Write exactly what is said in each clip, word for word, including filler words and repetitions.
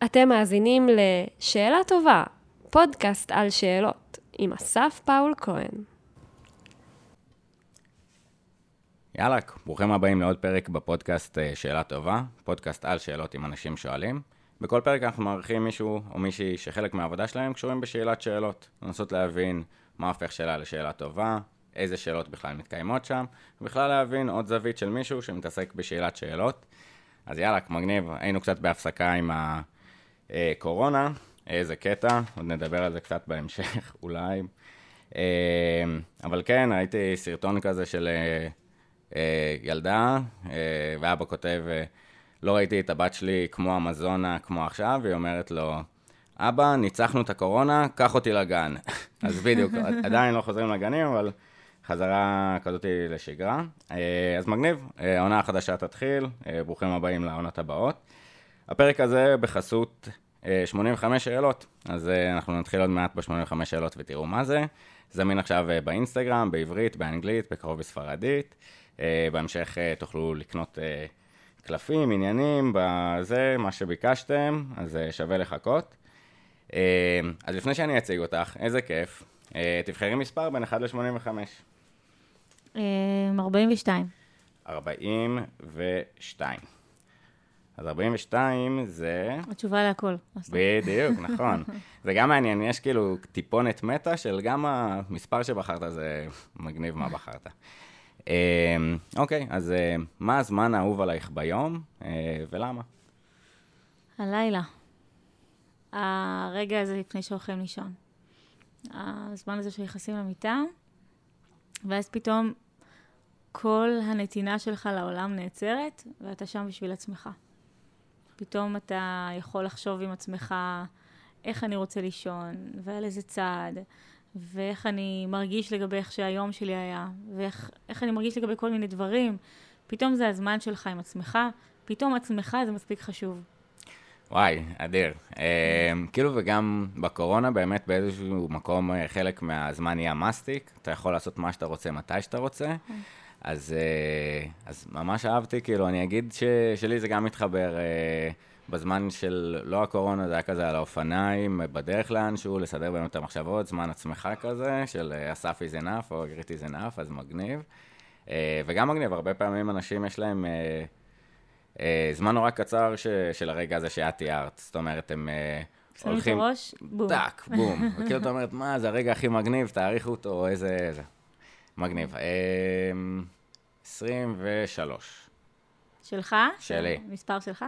אתם מאזינים לשאלה טובה, פודקאסט על שאלות, עם אסף פאול כהן. יאללה, ברוכים הבאים לעוד פרק בפודקאסט שאלה טובה, פודקאסט על שאלות עם אנשים שואלים. בכל פרק אנחנו מערכים מישהו או מישהי שחלק מהעבודה שלהם קשורים בשאלת שאלות. לנסות להבין מה הופך שאלה לשאלה טובה, איזה שאלות בכלל מתקיימות שם, ובכלל להבין עוד זווית של מישהו שמתעסק בשאלת שאלות. אז יאללה, מגניב, היינו קצת בהפסקה עם הקורונה, איזה קטע, עוד נדבר על זה קצת בהמשך אולי. אבל כן, ראיתי סרטון כזה של ילדה, ואבא כותב, לא ראיתי את הבת שלי כמו אמזונה, כמו עכשיו, והיא אומרת לו, אבא, ניצחנו את הקורונה, קח אותי לגן. אז בדיוק, עדיין לא חוזרים לגנים, אבל חזרה כזאת לשגרה. אז מגניב, העונה החדשה תתחיל, ברוכים הבאים לעונות הבאות. הפרק הזה בחסות שמונים וחמש שאלות, אז אנחנו נתחיל עוד מעט ב-שמונים וחמש שאלות ותראו מה זה. זמין עכשיו באינסטגרם, בעברית, באנגלית, בקרוב בספרדית. בהמשך תוכלו לקנות קלפים, עניינים, בזה, מה שביקשתם, אז שווה לחכות. אז לפני שאני אציג אותך, איזה כיף. תבחרי מספר בין אחד ל-שמונים וחמש. ארבעים ושתיים. ארבעים ושתיים. אז ארבעים ושתיים זה... התשובה להכל. בדיוק, נכון. זה גם מעניין, יש כאילו טיפונת מטה של גם המספר שבחרת, זה מגניב מה בחרת. אוקיי, אז מה הזמן האהוב עלייך ביום ולמה? הלילה. הרגע הזה לפני שהולכים לישון. הזמן הזה שנכנסים למיטה, ואז פתאום כל הנתינה שלך לעולם נעצרת, ואתה שם בשביל עצמך. פתאום אתה יכול לחשוב עם עצמך איך אני רוצה לישון, ועל איזה צעד, ואיך אני מרגיש לגבי איך שהיום שלי היה, ואיך איך אני מרגיש לגבי כל מיני דברים. פתאום זה הזמן שלך עם עצמך, פתאום עצמך זה מספיק חשוב. וואי, אדיר. כאילו וגם בקורונה באמת באיזשהו מקום חלק מהזמן יהיה מסטיק, אתה יכול לעשות מה שאתה רוצה, מתי שאתה רוצה. אז, אז ממש אהבתי, כאילו אני אגיד ששלי זה גם מתחבר בזמן של לא הקורונה, זה היה כזה על האופניים, בדרך לאנשהו, לסדר באמת את המחשבות, זמן עצמך כזה, של אסף is enough או גריט is enough, אז מגניב. וגם מגניב, הרבה פעמים אנשים יש להם זמן נורא קצר של הרגע הזה שאת תיארת, זאת אומרת, הם הולכים... שמים את הראש, בום. טק, בום. וכאילו אתה אומרת, מה, זה הרגע הכי מגניב, תאריכו אותו, איזה, איזה. מגניב. עשרים ושלוש. שלך? שלי. מספר שלך?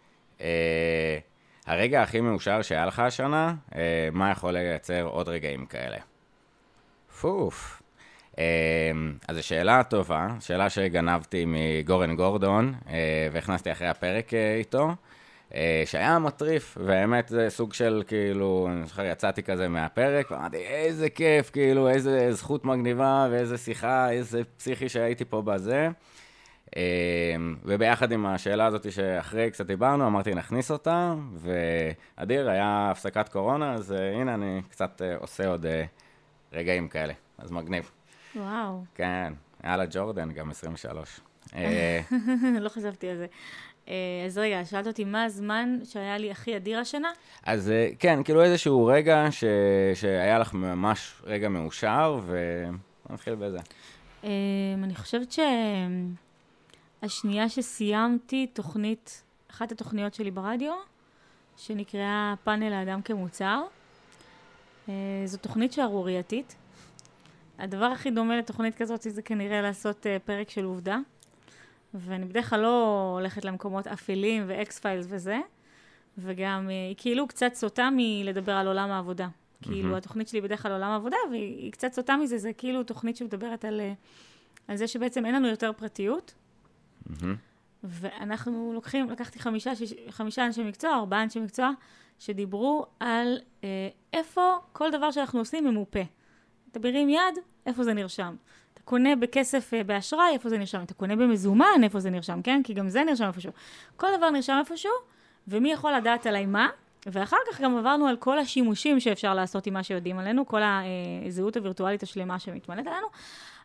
הרגע הכי מאושר שהיה לך השנה, מה יכול לייצר עוד רגעים כאלה? פוף. אז זו שאלה טובה, שאלה שגנבתי מגורן גורדון, והכנסתי אחרי הפרק איתו, שהיה מטריף, והאמת זה סוג של כאילו, אני זוכר, יצאתי כזה מהפרק, ואמרתי, איזה כיף, כאילו, איזה זכות מגניבה, ואיזה שיחה, איזה פסיכי שהייתי פה בזה. וביחד עם השאלה הזאת שאחרי קצת דיברנו, אמרתי, נכניס אותה, ואדיר, היה הפסקת קורונה, אז הנה אני קצת עושה עוד רגעים כאלה, אז מגניב. וואו. כן, היה לה ג'ורדן, גם עשרים ושלוש. לא חשבתי על זה. אז רגע, שאלת אותי מה הזמן שהיה לי הכי אדיר השנה? אז כן, כאילו איזשהו רגע ש... שהיה לך ממש רגע מאושר, ונתחיל בזה. אני חושבת שהשנייה שסיימתי תוכנית, אחת התוכניות שלי ברדיו, שנקראה פאנל האדם כמוצר, זו תוכנית שערורייתית. הדבר הכי דומה לתוכנית כזאת זה כנראה לעשות פרק של עובדה. ואני בדרך כלל לא הולכת למקומות אפלים ואקס פיילס וזה, וגם היא כאילו קצת סוטה מלדבר על עולם העבודה. Mm-hmm. כאילו התוכנית שלי בדרך כלל עולם העבודה, והיא קצת סוטה מזה, זה כאילו תוכנית שמדברת על, על זה שבעצם אין לנו יותר פרטיות, mm-hmm. ואנחנו לוקחים, לקחתי חמישה, שיש, חמישה אנשי מקצוע, ארבעה אנשי מקצוע, שדיברו על אה, איפה כל דבר שאנחנו עושים ממופה. אתה מרים יד, איפה זה נרשם. אתה קונה בכסף באשראי, איפה זה נרשם. אתה קונה במזומן, איפה זה נרשם, כן? כי גם זה נרשם איפשהו. כל דבר נרשם איפשהו, ומי יכול לדעת עליי מה? ואחר כך גם עברנו על כל השימושים שאפשר לעשות עם מה שיודעים עלינו, כל הזהות הווירטואלית השלמה שמתמלאת עלינו.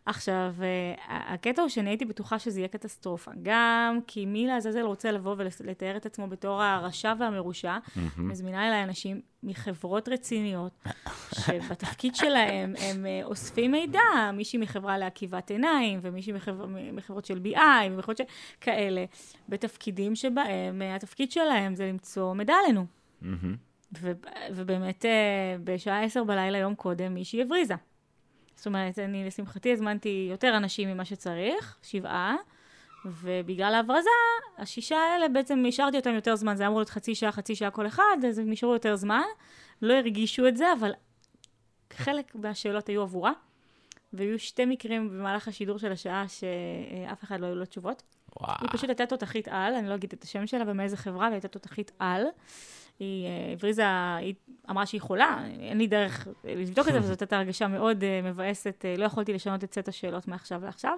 עכשיו, הקטע הוא שאני הייתי בטוחה שזה יהיה קטסטרופה. גם כי מי לעזאזל רוצה לבוא ולתאר את עצמו בתור הרשע והמרושע, מזמינה אליי אנשים מחברות רציניות, שבתפקיד שלהם הם אוספים מידע, מישהי מחברה לעקיבת עיניים, ומישהי מחברות של בי איי, ומחברות כאלה, בתפקידים שבהם התפקיד שלהם זה למצוא מידע עלינו. ובאמת, בשעה עשר בלילה יום קודם, מישהי הבריזה. זאת אומרת, אני לשמחתי הזמנתי יותר אנשים ממה שצריך, שבעה, ובגלל ההברזה, השישה האלה בעצם השארתי אותם יותר זמן, זה אמור להיות חצי שעה, חצי שעה כל אחד, אז הם נשארו יותר זמן, לא הרגישו את זה, אבל חלק מהשאלות היו עבורה, והיו שתי מקרים במהלך השידור של השעה שאף אחד לא היו לו תשובות. וואו. היא פשוט הייתה תותחית על, אני לא אגיד את השם שלה ומאיזה חברה, והיא הייתה תותחית על. היא הבריזה, היא אמרה שהיא חולה, אין לי דרך לבדוק את זה, וזאת הייתה הרגשה מאוד מבאסת, לא יכולתי לשנות את סט השאלות מעכשיו לעכשיו.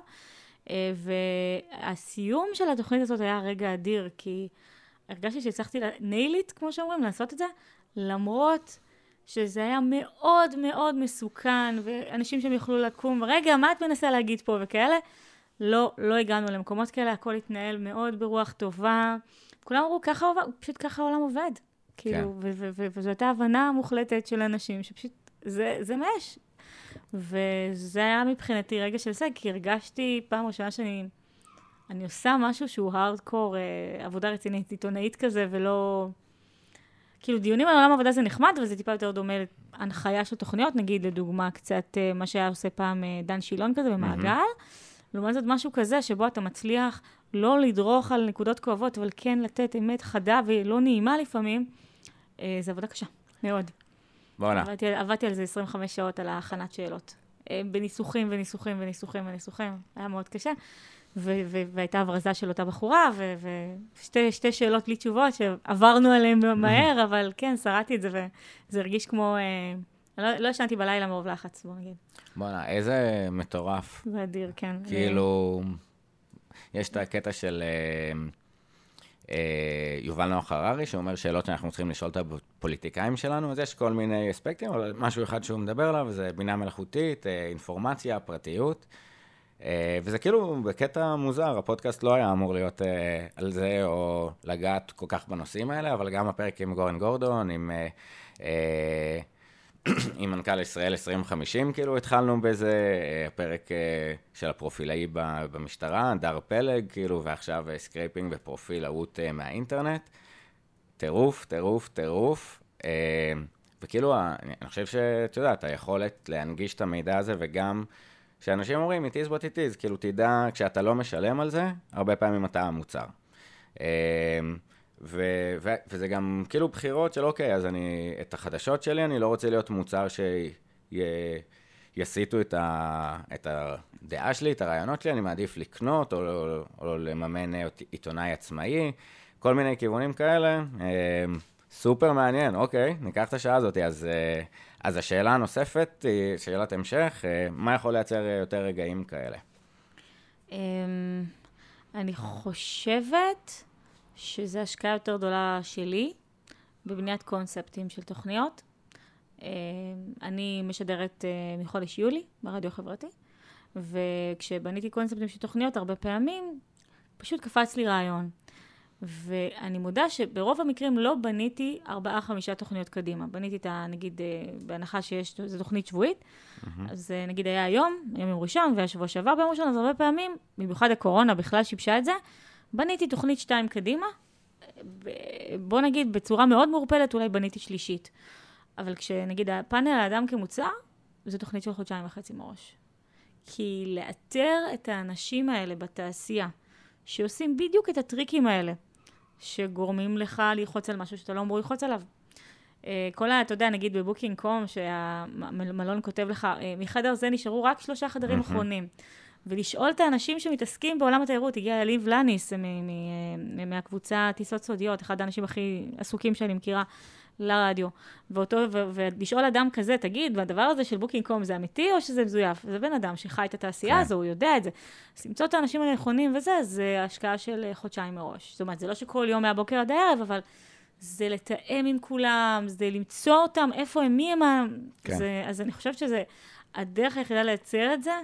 והסיום של התוכנית הזאת היה רגע אדיר, כי הרגשתי שהצלחתי ניילית, כמו שאומרים, לעשות את זה, למרות שזה היה מאוד מאוד מסוכן, ואנשים שהם יוכלו לקום, רגע, מה את מנסה להגיד פה וכאלה? לא, לא הגענו למקומות כאלה, הכל התנהל מאוד ברוח טובה. כולם אמרו, ככה עובד, פשוט ככה העולם עובד. כאילו, וזו הייתה הבנה מוחלטת של אנשים, שפשוט, זה, זה מש. וזה היה מבחינתי רגע של סג, כי הרגשתי פעם ראשונה שאני, אני עושה משהו שהוא הארדקור, עבודה רצינית, עיתונאית כזה, ולא, כאילו, דיונים על עולם עבודה זה נחמד, אבל זה טיפה יותר דומה להנחיה של תוכניות, נגיד, לדוגמה, קצת מה שהיה עושה פעם דן שילון כזה במעגל, לעומת זאת משהו כזה, שבו אתה מצליח לא לדרוך על נקודות כואבות, אבל כן לתת אמת חדה ולא נעימה לפעמים, זה עבודה קשה, מאוד. בואנה. עבדתי, עבדתי על זה עשרים וחמש שעות על ההכנת שאלות. בניסוחים וניסוחים וניסוחים וניסוחים. היה מאוד קשה. ו- ו- והייתה הברזה של אותה בחורה, ושתי שתי שאלות בלי תשובות שעברנו עליהן מהר, אבל כן, שרדתי את זה, וזה הרגיש כמו... לא, לא ישנתי בלילה מרוב לחץ, בוא נגיד. בואנה, איזה מטורף. זה אדיר, כן. כאילו, יש את הקטע של יובל נוח הררי, שאומר שאלות שאנחנו צריכים לשאול את הפוליטיקאים שלנו, אז יש כל מיני אספקטים, אבל משהו אחד שהוא מדבר עליו, זה בינה מלאכותית, אינפורמציה, פרטיות, וזה כאילו בקטע מוזר, הפודקאסט לא היה אמור להיות על זה, או לגעת כל כך בנושאים האלה, אבל גם הפרק עם גורן גורדון, עם... עם מנכ"ל ישראל עשרים חמישים, כאילו התחלנו בזה, הפרק של הפרופילאי במשטרה, דר פלג, כאילו, ועכשיו סקרייפינג ופרופילאות מהאינטרנט. טירוף, טירוף, טירוף. וכאילו, אני חושב שאתה יודע, אתה יכולת להנגיש את המידע הזה, וגם שאנשים אומרים, it is what it is, כאילו, תדע, כשאתה לא משלם על זה, הרבה פעמים אתה המוצר. ו- ו- וזה גם כאילו בחירות של אוקיי, אז אני, את החדשות שלי, אני לא רוצה להיות מוצר שיסיטו את, ה- את הדעה שלי, את הרעיונות שלי, אני מעדיף לקנות או, או, או לממן עיתונאי עצמאי, כל מיני כיוונים כאלה, סופר מעניין, אוקיי, ניקח את השעה הזאת, אז, אז השאלה הנוספת, שאלת המשך, מה יכול לייצר יותר רגעים כאלה? אני חושבת... שזה השקעה יותר גדולה שלי, בבניית קונספטים של תוכניות. אני משדרת מחודש יולי ברדיו חברתי, וכשבניתי קונספטים של תוכניות, הרבה פעמים פשוט קפץ לי רעיון. ואני מודה שברוב המקרים לא בניתי ארבעה, חמישה תוכניות קדימה. בניתי את ה, נגיד, בהנחה שיש, זו תוכנית שבועית, mm-hmm. אז נגיד היה היום, היום יום ראשון, והשבוע שעבר ביום ראשון, אז הרבה פעמים, במיוחד הקורונה בכלל שיבשה את זה, בניתי תוכנית שתיים קדימה, בוא נגיד בצורה מאוד מעורפלת, אולי בניתי שלישית. אבל כשנגיד הפאנל האדם כמוצר, זו תוכנית של חודשיים וחצי מראש. כי לאתר את האנשים האלה בתעשייה, שעושים בדיוק את הטריקים האלה, שגורמים לך ללחוץ על משהו שאתה לא אמור ללחוץ עליו. כל ה, אתה יודע, נגיד בבוקינג קום, שהמלון כותב לך, מחדר זה נשארו רק שלושה חדרים אחרונים. ולשאול את האנשים שמתעסקים בעולם התיירות, הגיע ליב לניס מהקבוצה טיסות סודיות, אחד האנשים הכי עסוקים שאני מכירה לרדיו, ואותו, ולשאול אדם כזה, תגיד, והדבר הזה של בוקינג קום זה אמיתי או שזה מזויף? זה בן אדם שחי את התעשייה הזו, הוא יודע את זה. אז למצוא את האנשים הנכונים וזה, זה השקעה של חודשיים מראש. זאת אומרת, זה לא שכל יום מהבוקר עד הערב, אבל זה לתאם עם כולם, זה למצוא אותם, איפה הם, מי הם, אז אני חושבת שזה, הדרך היחידה לייצר את זה,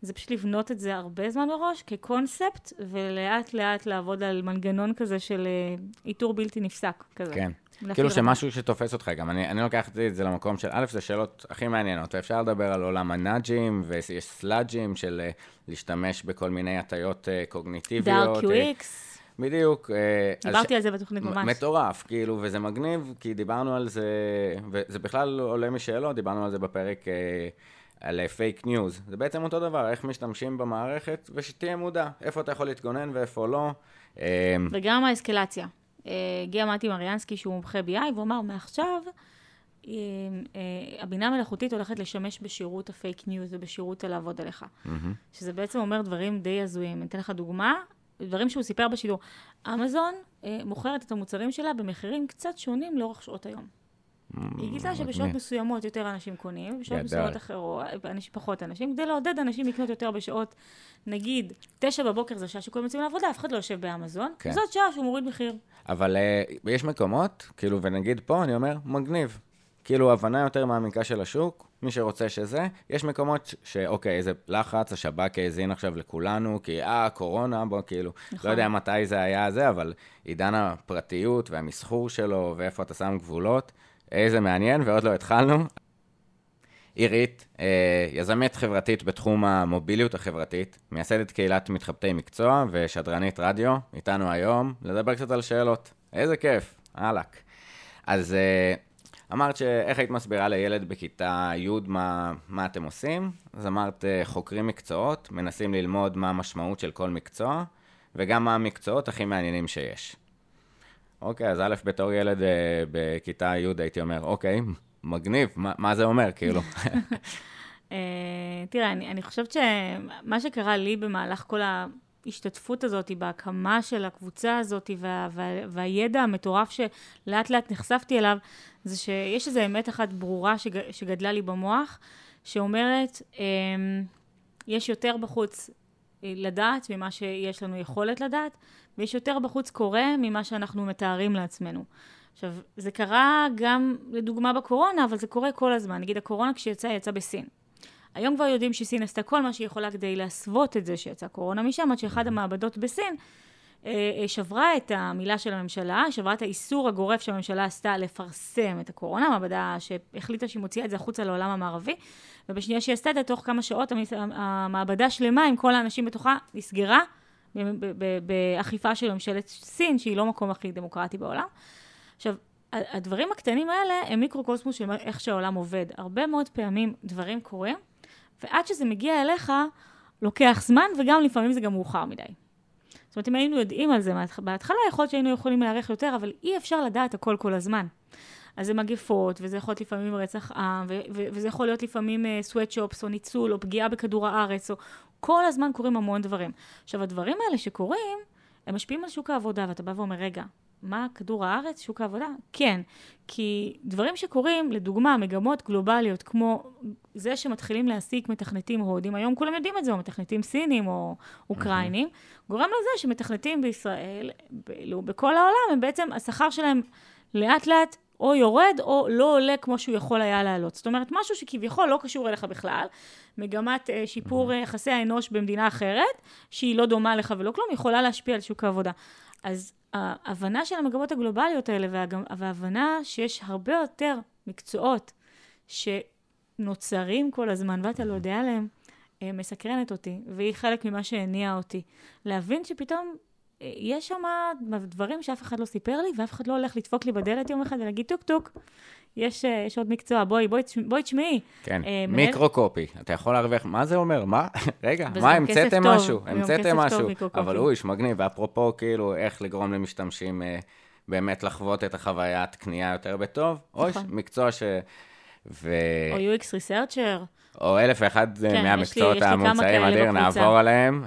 זה פשוט לבנות את זה הרבה זמן מראש, כקונספט, ולאט לאט לעבוד על מנגנון כזה של איתור בלתי נפסק כזה. כן. כאילו שמשהו שתופס אותך גם, אני, אני לוקחתי את זה למקום של, א', זה שאלות הכי מעניינות, ואפשר לדבר על עולם הנאג'ים, ויש סלאג'ים של להשתמש בכל מיני הטיות קוגניטיביות. דארק יו אקס. בדיוק. דיברתי על זה בתוכנית ממש. מטורף, כאילו, וזה מגניב, כי דיברנו על זה, וזה בכלל עולה משאלות, דיברנו על זה בפרק על פייק ניוז. זה בעצם אותו דבר, איך משתמשים במערכת, ושתהיה מודע, איפה אתה יכול להתגונן ואיפה לא. וגם האסקלציה. הגיע מתי מריאנסקי שהוא מומחה בי איי, והוא אמר, מעכשיו, הבינה מלאכותית הולכת לשמש בשירות הפייק ניוז ובשירות לעבוד עליך. שזה בעצם אומר דברים די הזויים. אני אתן לך דוגמה, דברים שהוא סיפר בשידור. אמזון מוכרת את המוצרים שלה במחירים קצת שונים לאורך שעות היום. היא גילה שבשעות מסוימות יותר אנשים קונים, בשעות מסוימות אחרות, פחות אנשים, כדי לעודד אנשים לקנות יותר בשעות, נגיד, תשע בבוקר זה שעה שכולם יוצאים לעבודה, אף אחד לא יושב באמזון, זאת שעה שהוא מוריד מחיר. אבל יש מקומות, כאילו, ונגיד פה, אני אומר, מגניב. כאילו, הבנה יותר מעמיקה של השוק, מי שרוצה שזה, יש מקומות שאוקיי, איזה לחץ, השב"כ האזין עכשיו לכולנו, כי אה, קורונה, בוא, כאילו, לא יודע מתי זה היה זה, אבל עידן הפרטיות והמסחור שלו, ואיפה אתה שם גבולות, איזה מעניין, ועוד לא התחלנו. עירית, יזמית חברתית בתחום המוביליות החברתית, מייסדת קהילת מתחבטי מקצוע ושדרנית רדיו, איתנו היום, לדבר קצת על שאלות. איזה כיף, הלק. אז אמרת שאיך היית מסבירה לילד בכיתה י' מה, מה אתם עושים? אז אמרת, חוקרים מקצועות, מנסים ללמוד מה המשמעות של כל מקצוע, וגם מה המקצועות הכי מעניינים שיש. אוקיי, אז א', בתור ילד בכיתה י' הייתי אומר, אוקיי, מגניב, מה, מה זה אומר, כאילו? תראה, אני, אני חושבת שמה שקרה לי במהלך כל ההשתתפות הזאת, בהקמה של הקבוצה הזאת, וה, וה, והידע המטורף שלאט לאט נחשפתי אליו, זה שיש איזו אמת אחת ברורה שג, שגדלה לי במוח, שאומרת, יש יותר בחוץ לדעת ממה שיש לנו יכולת לדעת, ויש יותר בחוץ קורה ממה שאנחנו מתארים לעצמנו. עכשיו, זה קרה גם לדוגמה בקורונה, אבל זה קורה כל הזמן. נגיד, הקורונה כשיצא, יצא בסין. היום כבר יודעים שסין עשתה כל מה שהיא יכולה כדי להסוות את זה שיצא קורונה משם, עד שאחד המעבדות בסין שברה את המילה של הממשלה, שברה את האיסור הגורף שהממשלה עשתה לפרסם את הקורונה, מעבדה שהחליטה שהיא מוציאה את זה החוצה לעולם המערבי, ובשנייה שהיא עשתה את זה, תוך כמה שעות המעבדה שלמה עם כל האנשים בתוכה נסגרה, באכיפה של ממשלת סין, שהיא לא מקום הכי דמוקרטי בעולם. עכשיו, הדברים הקטנים האלה הם מיקרוקוסמוס של איך שהעולם עובד. הרבה מאוד פעמים דברים קורים, ועד שזה מגיע אליך, לוקח זמן, וגם לפעמים זה גם מאוחר מדי. זאת אומרת, אם היינו יודעים על זה בהתחלה, יכול להיות שהיינו יכולים להערך יותר, אבל אי אפשר לדעת הכל כל הזמן. אז זה מגפות, וזה יכול להיות לפעמים רצח עם, ו- ו- וזה יכול להיות לפעמים סוואטשופס, או ניצול, או פגיעה בכדור הארץ, או כל הזמן קורים המון דברים. עכשיו, הדברים האלה שקורים, הם משפיעים על שוק העבודה, ואתה בא ואומר, רגע, מה כדור הארץ, שוק העבודה? כן, כי דברים שקורים, לדוגמה, מגמות גלובליות, כמו זה שמתחילים להעסיק מתכנתים הודים, היום כולם יודעים את זה, או מתכנתים סינים או אוקראינים, גורם לזה שמתכנתים בישראל, ב- בכל העולם, הם בעצם, השכר שלהם לאט לאט או יורד, או לא עולה כמו שהוא יכול היה לעלות. זאת אומרת, משהו שכביכול לא קשור אליך בכלל, מגמת שיפור יחסי האנוש במדינה אחרת, שהיא לא דומה לך ולא כלום, יכולה להשפיע על שוק העבודה. אז ההבנה של המגמות הגלובליות האלה, וההבנה שיש הרבה יותר מקצועות שנוצרים כל הזמן, ואתה לא יודע עליהם, מסקרנת אותי, והיא חלק ממה שהניע אותי. להבין שפתאום יש שם דברים שאף אחד לא סיפר לי, ואף אחד לא הולך לדפוק לי בדלת יום אחד ולהגיד טוק טוק, יש, יש עוד מקצוע, בואי, בואי, בואי תשמעי. כן, מיקרו-קופי. אתה יכול להרוויח, מה זה אומר? מה? רגע, מה, המצאתם משהו? המצאתם משהו. אבל הוא איש מגניב, ואפרופו, כאילו, איך לגרום למשתמשים באמת לחוות את החוויית קנייה יותר בטוב, או מקצוע ש... או יו אקס Researcher. או אלף ואחד מהמקצועות המומצאים, אדיר, נעבור עליהם.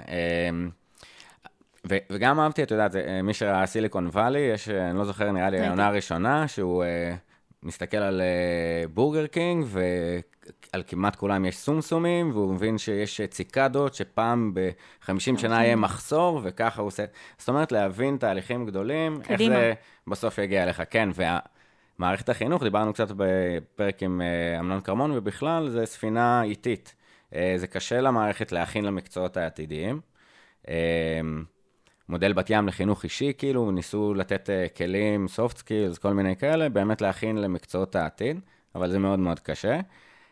וגם אהבתי, אתה יודעת, מי שראה סיליקון ואלי, יש, אני לא זוכר, נראה לי, העונה הראשונה, שהוא מסתכל על בורגר קינג, ועל כמעט כולם יש סומסומים, והוא מבין שיש ציקדות, שפעם ב-חמישים שנה יהיה מחסור, וככה הוא עושה. זאת אומרת, להבין תהליכים גדולים, איך זה בסוף יגיע אליך. כן, ומערכת החינוך, דיברנו קצת בפרק עם אמנון קרמון, ובכלל זה ספינה איטית. זה קשה למערכת להכין למקצועות העתידיים. מודל בת ים לחינוך אישי, כאילו, ניסו לתת כלים, soft skills, כל מיני כאלה, באמת להכין למקצועות העתיד, אבל זה מאוד מאוד קשה.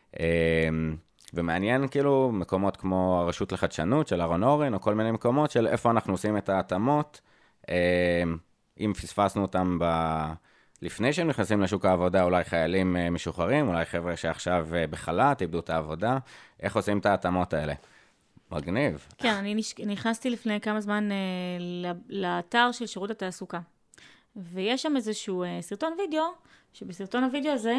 ומעניין, כאילו, מקומות כמו הרשות לחדשנות של אהרון אורן, או כל מיני מקומות של איפה אנחנו עושים את ההתאמות, אם פספסנו אותם ב... לפני שהם נכנסים לשוק העבודה, אולי חיילים משוחררים, אולי חבר'ה שעכשיו בחל"ת, איבדו את העבודה, איך עושים את ההתאמות האלה? מגניב. כן, אני נכנסתי לפני כמה זמן לאתר של שירות התעסוקה, ויש שם איזשהו סרטון וידאו, שבסרטון הוידאו הזה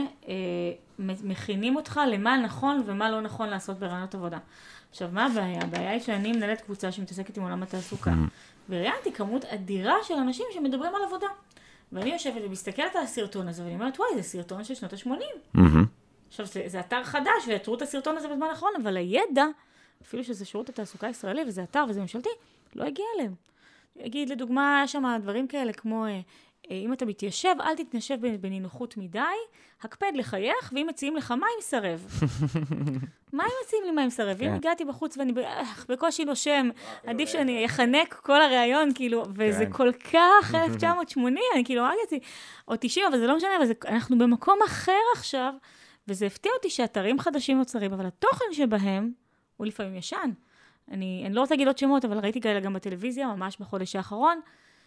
מכינים אותך למה נכון ומה לא נכון לעשות ברעיונות עבודה. עכשיו, מה הבעיה? הבעיה היא שאני מנהלת קבוצה שמתעסקת עם עולם התעסוקה, וראיינתי כמות אדירה של אנשים שמדברים על עבודה. ואני יושבת ומסתכלת על הסרטון הזה, ואני אומרת, וואי, זה סרטון של שנות ה-שמונים. עכשיו, זה, זה אתר חדש, ויתרו את הסרטון הזה בזמן האחרון, אבל הידע, אפילו שזה שירות התעסוקה הישראלי, וזה אתר וזה ממשלתי, לא הגיע אליהם. אגיד, לדוגמה, יש שם דברים כאלה, כמו, אם אתה מתיישב, אל תתנשב בנינוחות מדי, הקפד לחייך, ואם מציעים לך מים, סרב. מה אם מציעים לי מים סרב? אם הגעתי בחוץ ואני בקושי נושם, עדיף שאני אחנק כל הראיון, כאילו, וזה כל כך אלף תשע מאות שמונים, אני כאילו אמרתי, או תשעים, אבל זה לא משנה, אבל אנחנו במקום אחר עכשיו, וזה הפתיע אותי שאתרים חדשים נוצרים, אבל התוכן שבהם הוא לפעמים ישן. אני, אני לא רוצה להגיד עוד שמות, אבל ראיתי כאלה גם בטלוויזיה, ממש בחודש האחרון,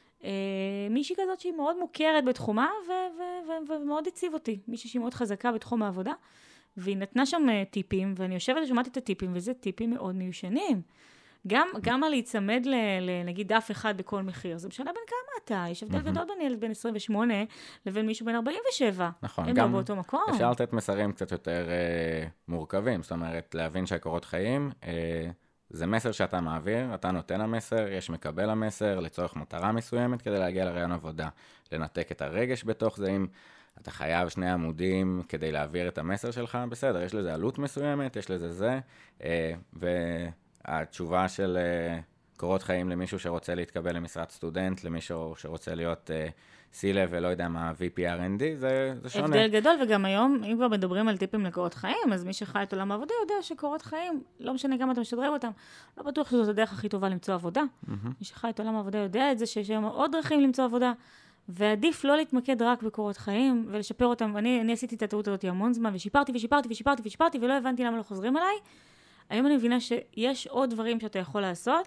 מישהי כזאת שהיא מאוד מוכרת בתחומה, ומאוד הציב אותי. מישהי שהיא מאוד חזקה בתחום העבודה, והיא נתנה שם טיפים, ואני יושבת ושומעת את הטיפים, וזה טיפים מאוד מיושנים. גם, גם על להיצמד לנגיד דף אחד בכל מחיר. זה משנה בין כמה אתה. יש הבדל גדול בין ילד בין עשרים ושמונה לבין מישהו בין ארבעים ושבע. נכון. הם לא באותו מקום. אפשר לתת מסרים קצת יותר אה, מורכבים. זאת אומרת, להבין שהקורות חיים, אה, זה מסר שאתה מעביר, אתה נותן המסר, יש מקבל המסר, לצורך מטרה מסוימת כדי להגיע לרעיון עבודה. לנתק את הרגש בתוך זה, אם אתה חייב שני עמודים כדי להעביר את המסר שלך, בסדר, יש לזה עלות מסוימת, יש לזה זה, אה, ו... התשובה של uh, קורות חיים למישהו שרוצה להתקבל למשרת סטודנט, למישהו שרוצה להיות uh, C-Level, לא יודע מה, V P R and D, זה, זה שונה. הבדל גדול, וגם היום, אם כבר מדברים על טיפים לקורות חיים, אז מי שחי את עולם העבודה יודע שקורות חיים, לא משנה כמה אתה משדרג אותם, לא בטוח שזאת הדרך הכי טובה למצוא עבודה. Mm-hmm. מי שחי את עולם העבודה יודע את זה, שיש היום עוד דרכים למצוא עבודה, ועדיף לא להתמקד רק בקורות חיים, ולשפר אותם. אני, אני עשיתי את הטעות הזאת המון זמן, ושיפרתי ושיפרתי ושיפרתי ושיפרתי, ולא הבנתי למה לא חוזרים אליי. היום אני מבינה שיש עוד דברים שאתה יכול לעשות,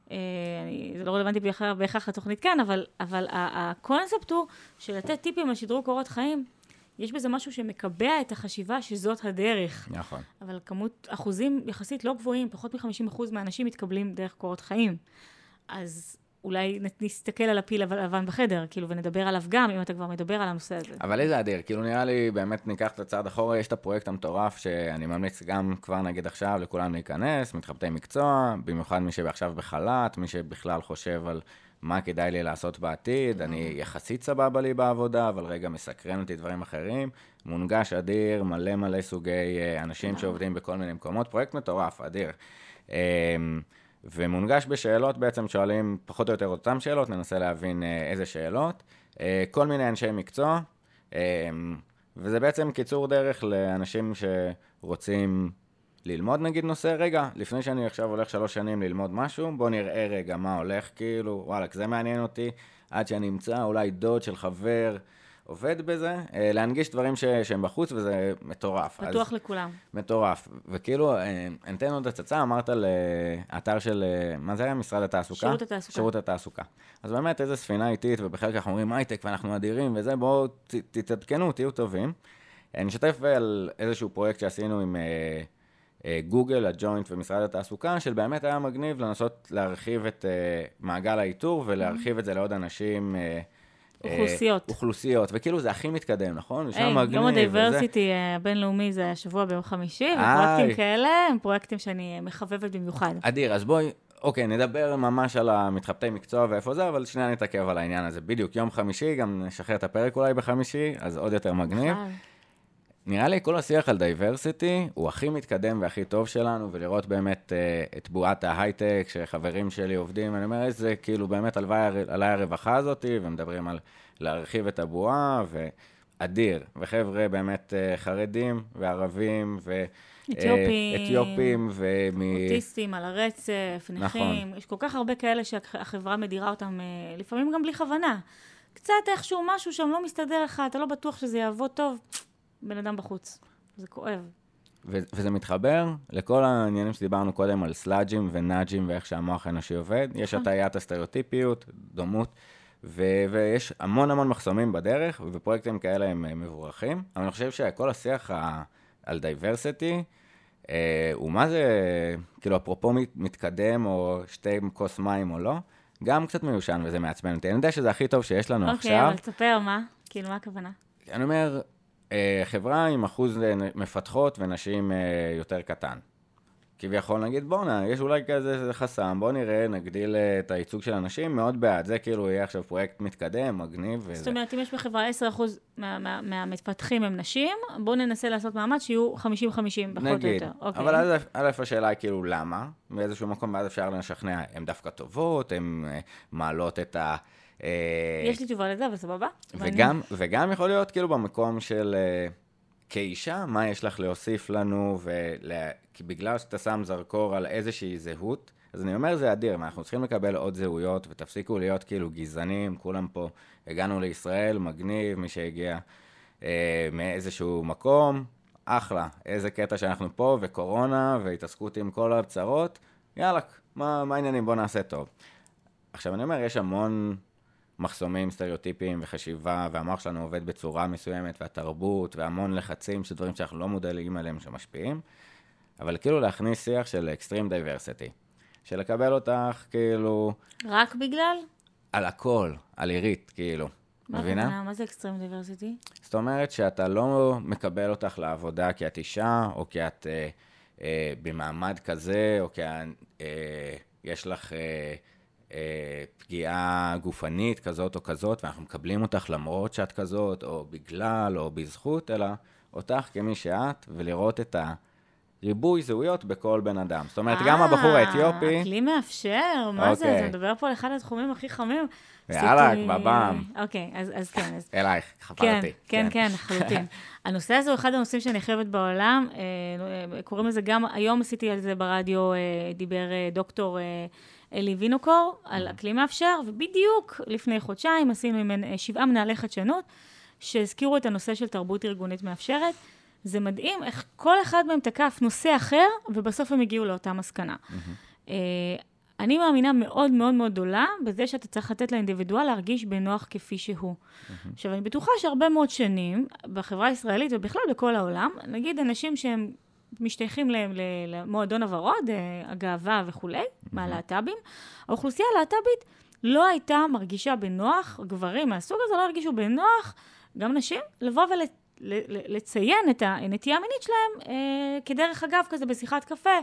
אני, זה לא רלוונטי בהכרח לתוכנית כאן, אבל, אבל הקונספט הוא של לתת טיפים על שדרוג קורות חיים, יש בזה משהו שמקבע את החשיבה שזאת הדרך. נכון. אבל כמות אחוזים יחסית לא גבוהים, פחות מ-חמישים אחוז מהאנשים מתקבלים דרך קורות חיים. אז אולי נסתכל על הפיל הלבן בחדר, כאילו, ונדבר עליו גם, אם אתה כבר מדבר על הנושא הזה. אבל איזה אדיר, כאילו נראה לי, באמת ניקח את הצעד אחורה, יש את הפרויקט המטורף, שאני ממליץ גם כבר נגיד עכשיו לכולם להיכנס, מתחבטי מקצוע, במיוחד מי שעכשיו בחל"ת, מי שבכלל חושב על מה כדאי לי לעשות בעתיד, אני יחסית סבבה לי בעבודה, אבל רגע מסקרן אותי דברים אחרים, מונגש אדיר, מלא מלא סוגי אנשים שעובדים בכל מיני מקומות, פרויקט מטורף, אדיר. ומונגש בשאלות בעצם שואלים פחות או יותר אותם שאלות, ננסה להבין איזה שאלות, כל מיני אנשי מקצוע, וזה בעצם קיצור דרך לאנשים שרוצים ללמוד נגיד נושא, רגע, לפני שאני עכשיו הולך שלוש שנים ללמוד משהו, בוא נראה רגע מה הולך, כאילו, וואלה, זה מעניין אותי, עד שאני אמצא אולי דוד של חבר, עובד בזה, להנגיש דברים ש... שהם בחוץ, וזה מטורף. פתוח לכולם. מטורף. וכאילו, אתן עוד הצצה, אמרת לאתר של, מה זה היה? משרד התעסוקה? שירות התעסוקה. שירות התעסוקה. אז באמת, איזו ספינה איטית, ובחלק אנחנו אומרים הייטק, ואנחנו אדירים, וזה, בואו ת, תתעדכנו, תהיו טובים. אני אשתף על איזשהו פרויקט שעשינו עם גוגל, הג'וינט ומשרד התעסוקה, של באמת היה מגניב לנסות להרחיב את מעגל האיתור, ולהרחיב את זה לעוד אנשים, אוכלוסיות. אוכלוסיות, וכאילו זה הכי מתקדם, נכון? היי, יום הדייברסיטי הבינלאומי זה השבוע ביום חמישי, ופרויקטים כאלה הם פרויקטים שאני מחבבת במיוחד. אדיר, אז בואי, אוקיי, נדבר ממש על המתחבטי מקצוע ואיפה זה, אבל שנייה נתעכב על העניין הזה. בדיוק, יום חמישי, גם נשחרר את הפרק אולי בחמישי, אז עוד יותר מגניב. נראה לי כל השיח על דייברסיטי הוא הכי מתקדם והכי טוב שלנו, ולראות באמת uh, את בועת ההייטק, שחברים שלי עובדים, אני אומר, איזה כאילו באמת עליי הרווחה הזאת, ומדברים על להרחיב את הבועה, ואדיר, וחבר'ה באמת uh, חרדים וערבים, אתיופים, אתיופים ומ... אוטיסטים על הרצף, נכים, יש כל כך הרבה כאלה שהחברה מדירה אותם, לפעמים גם בלי כוונה. קצת איכשהו משהו שם לא מסתדר לך, אתה לא בטוח שזה יעבוד טוב, בן אדם בחוץ. זה כואב. ו- וזה מתחבר לכל העניינים שדיברנו קודם על סלאג'ים ונאג'ים ואיך שהמוח האנושי עובד. יש הטיית הסטריאוטיפיות, דומות, ו- ויש המון המון מחסומים בדרך, ופרויקטים כאלה הם מבורכים. אבל אני חושב שכל השיח ה- על דייברסיטי, אה, הוא מה זה, כאילו אפרופו מתקדם או שתי כוס מים או לא, גם קצת מיושן וזה מעצבן אותי. אני יודע שזה הכי טוב שיש לנו עכשיו. אוקיי, אבל תספר מה? כאילו, מה הכוונה? אני אומר, חברה עם אחוז מפתחות ונשים יותר קטן. כביכול נגיד, בוא נע, יש אולי כזה חסם, בוא נראה, נגדיל את הייצוג של אנשים, מאוד בעד. זה כאילו יהיה עכשיו פרויקט מתקדם, מגניב וזה. זאת אומרת, אם יש בחברה עשרה אחוז מה, מה, מהמתפתחים הם נשים, בואו ננסה לעשות מאמץ שיהיו חמישים חמישים, פחות או יותר. נגיד, אבל אז א' השאלה היא כאילו למה, באיזשהו מקום, ואז אפשר לשכנע, הן דווקא טובות, הן מעלות את ה... יש לי תשובה לזה, אבל סבבה. וגם, וגם יכול להיות כאילו במקום של כאישה, מה יש לך להוסיף לנו, כי בגלל שאתה שם זרקור על איזושהי זהות, אז אני אומר זה אדיר, אנחנו צריכים לקבל עוד זהויות, ותפסיקו להיות כאילו גזענים, כולם פה הגענו לישראל, מגניב, מי שהגיע אה, מאיזשהו מקום, אחלה, איזה קטע שאנחנו פה, וקורונה, והתעסקות עם כל הבצרות, יאללה, מה, מה העניינים, בוא נעשה טוב. עכשיו אני אומר, יש המון מחסומים, סטריאוטיפים וחשיבה, והמוח שלנו עובד בצורה מסוימת, והתרבות, והמון לחצים, שדברים שאנחנו לא מודעים עליהם שמשפיעים, אבל כאילו להכניס שיח של אקסטרים דייברסיטי, של לקבל אותך כאילו... רק בגלל? על הכל, על עירית, כאילו. מבינה? מה, מה זה אקסטרים דייברסיטי? זאת אומרת שאתה לא מקבל אותך לעבודה כי את אישה, או כי את אה, אה, במעמד כזה, או כי אה, יש לך... אה, פגיעה גופנית כזאת או כזאת, ואנחנו מקבלים אותך למרות שאת כזאת, או בגלל, או בזכות, אלא אותך כמי שאת, ולראות את הריבוי זהויות בכל בן אדם. זאת אומרת, גם הבחור האתיופי... הכלי מאפשר, מה זה? אתה מדבר פה על אחד התחומים הכי חמים. יאללה, בבם. אוקיי, אז כן. אלייך, חפרתי. כן, כן, לחלוטין. הנושא הזה הוא אחד הנושאים שאני חייבת בעולם, קוראים לזה גם, היום עשיתי על זה ברדיו, דיבר דוקטור... אלי וינוקור, על הכלי מאפשר, ובדיוק לפני חודשיים עשינו עם שבעה מנהלי חדשנות, שהזכירו את הנושא של תרבות ארגונית מאפשרת. זה מדהים איך כל אחד מהם תקף נושא אחר, ובסוף הם הגיעו לאותה מסקנה. אני מאמינה מאוד מאוד מאוד גדולה, בזה שאתה צריך לתת לאינדיבידואל להרגיש בנוח כפי שהוא. עכשיו, אני בטוחה שהרבה מאוד שנים, בחברה הישראלית ובכלל בכל העולם, נגיד אנשים שהם משתייכים למועדון הוורוד, הגאווה וכו', מהלהט"בים. האוכלוסייה הלהט"בית לא הייתה מרגישה בנוח, גברים מהסוג הזה לא הרגישו בנוח, גם נשים, לבוא ולציין את הנטייה המינית שלהם, כדרך אגב כזה בשיחת קפה,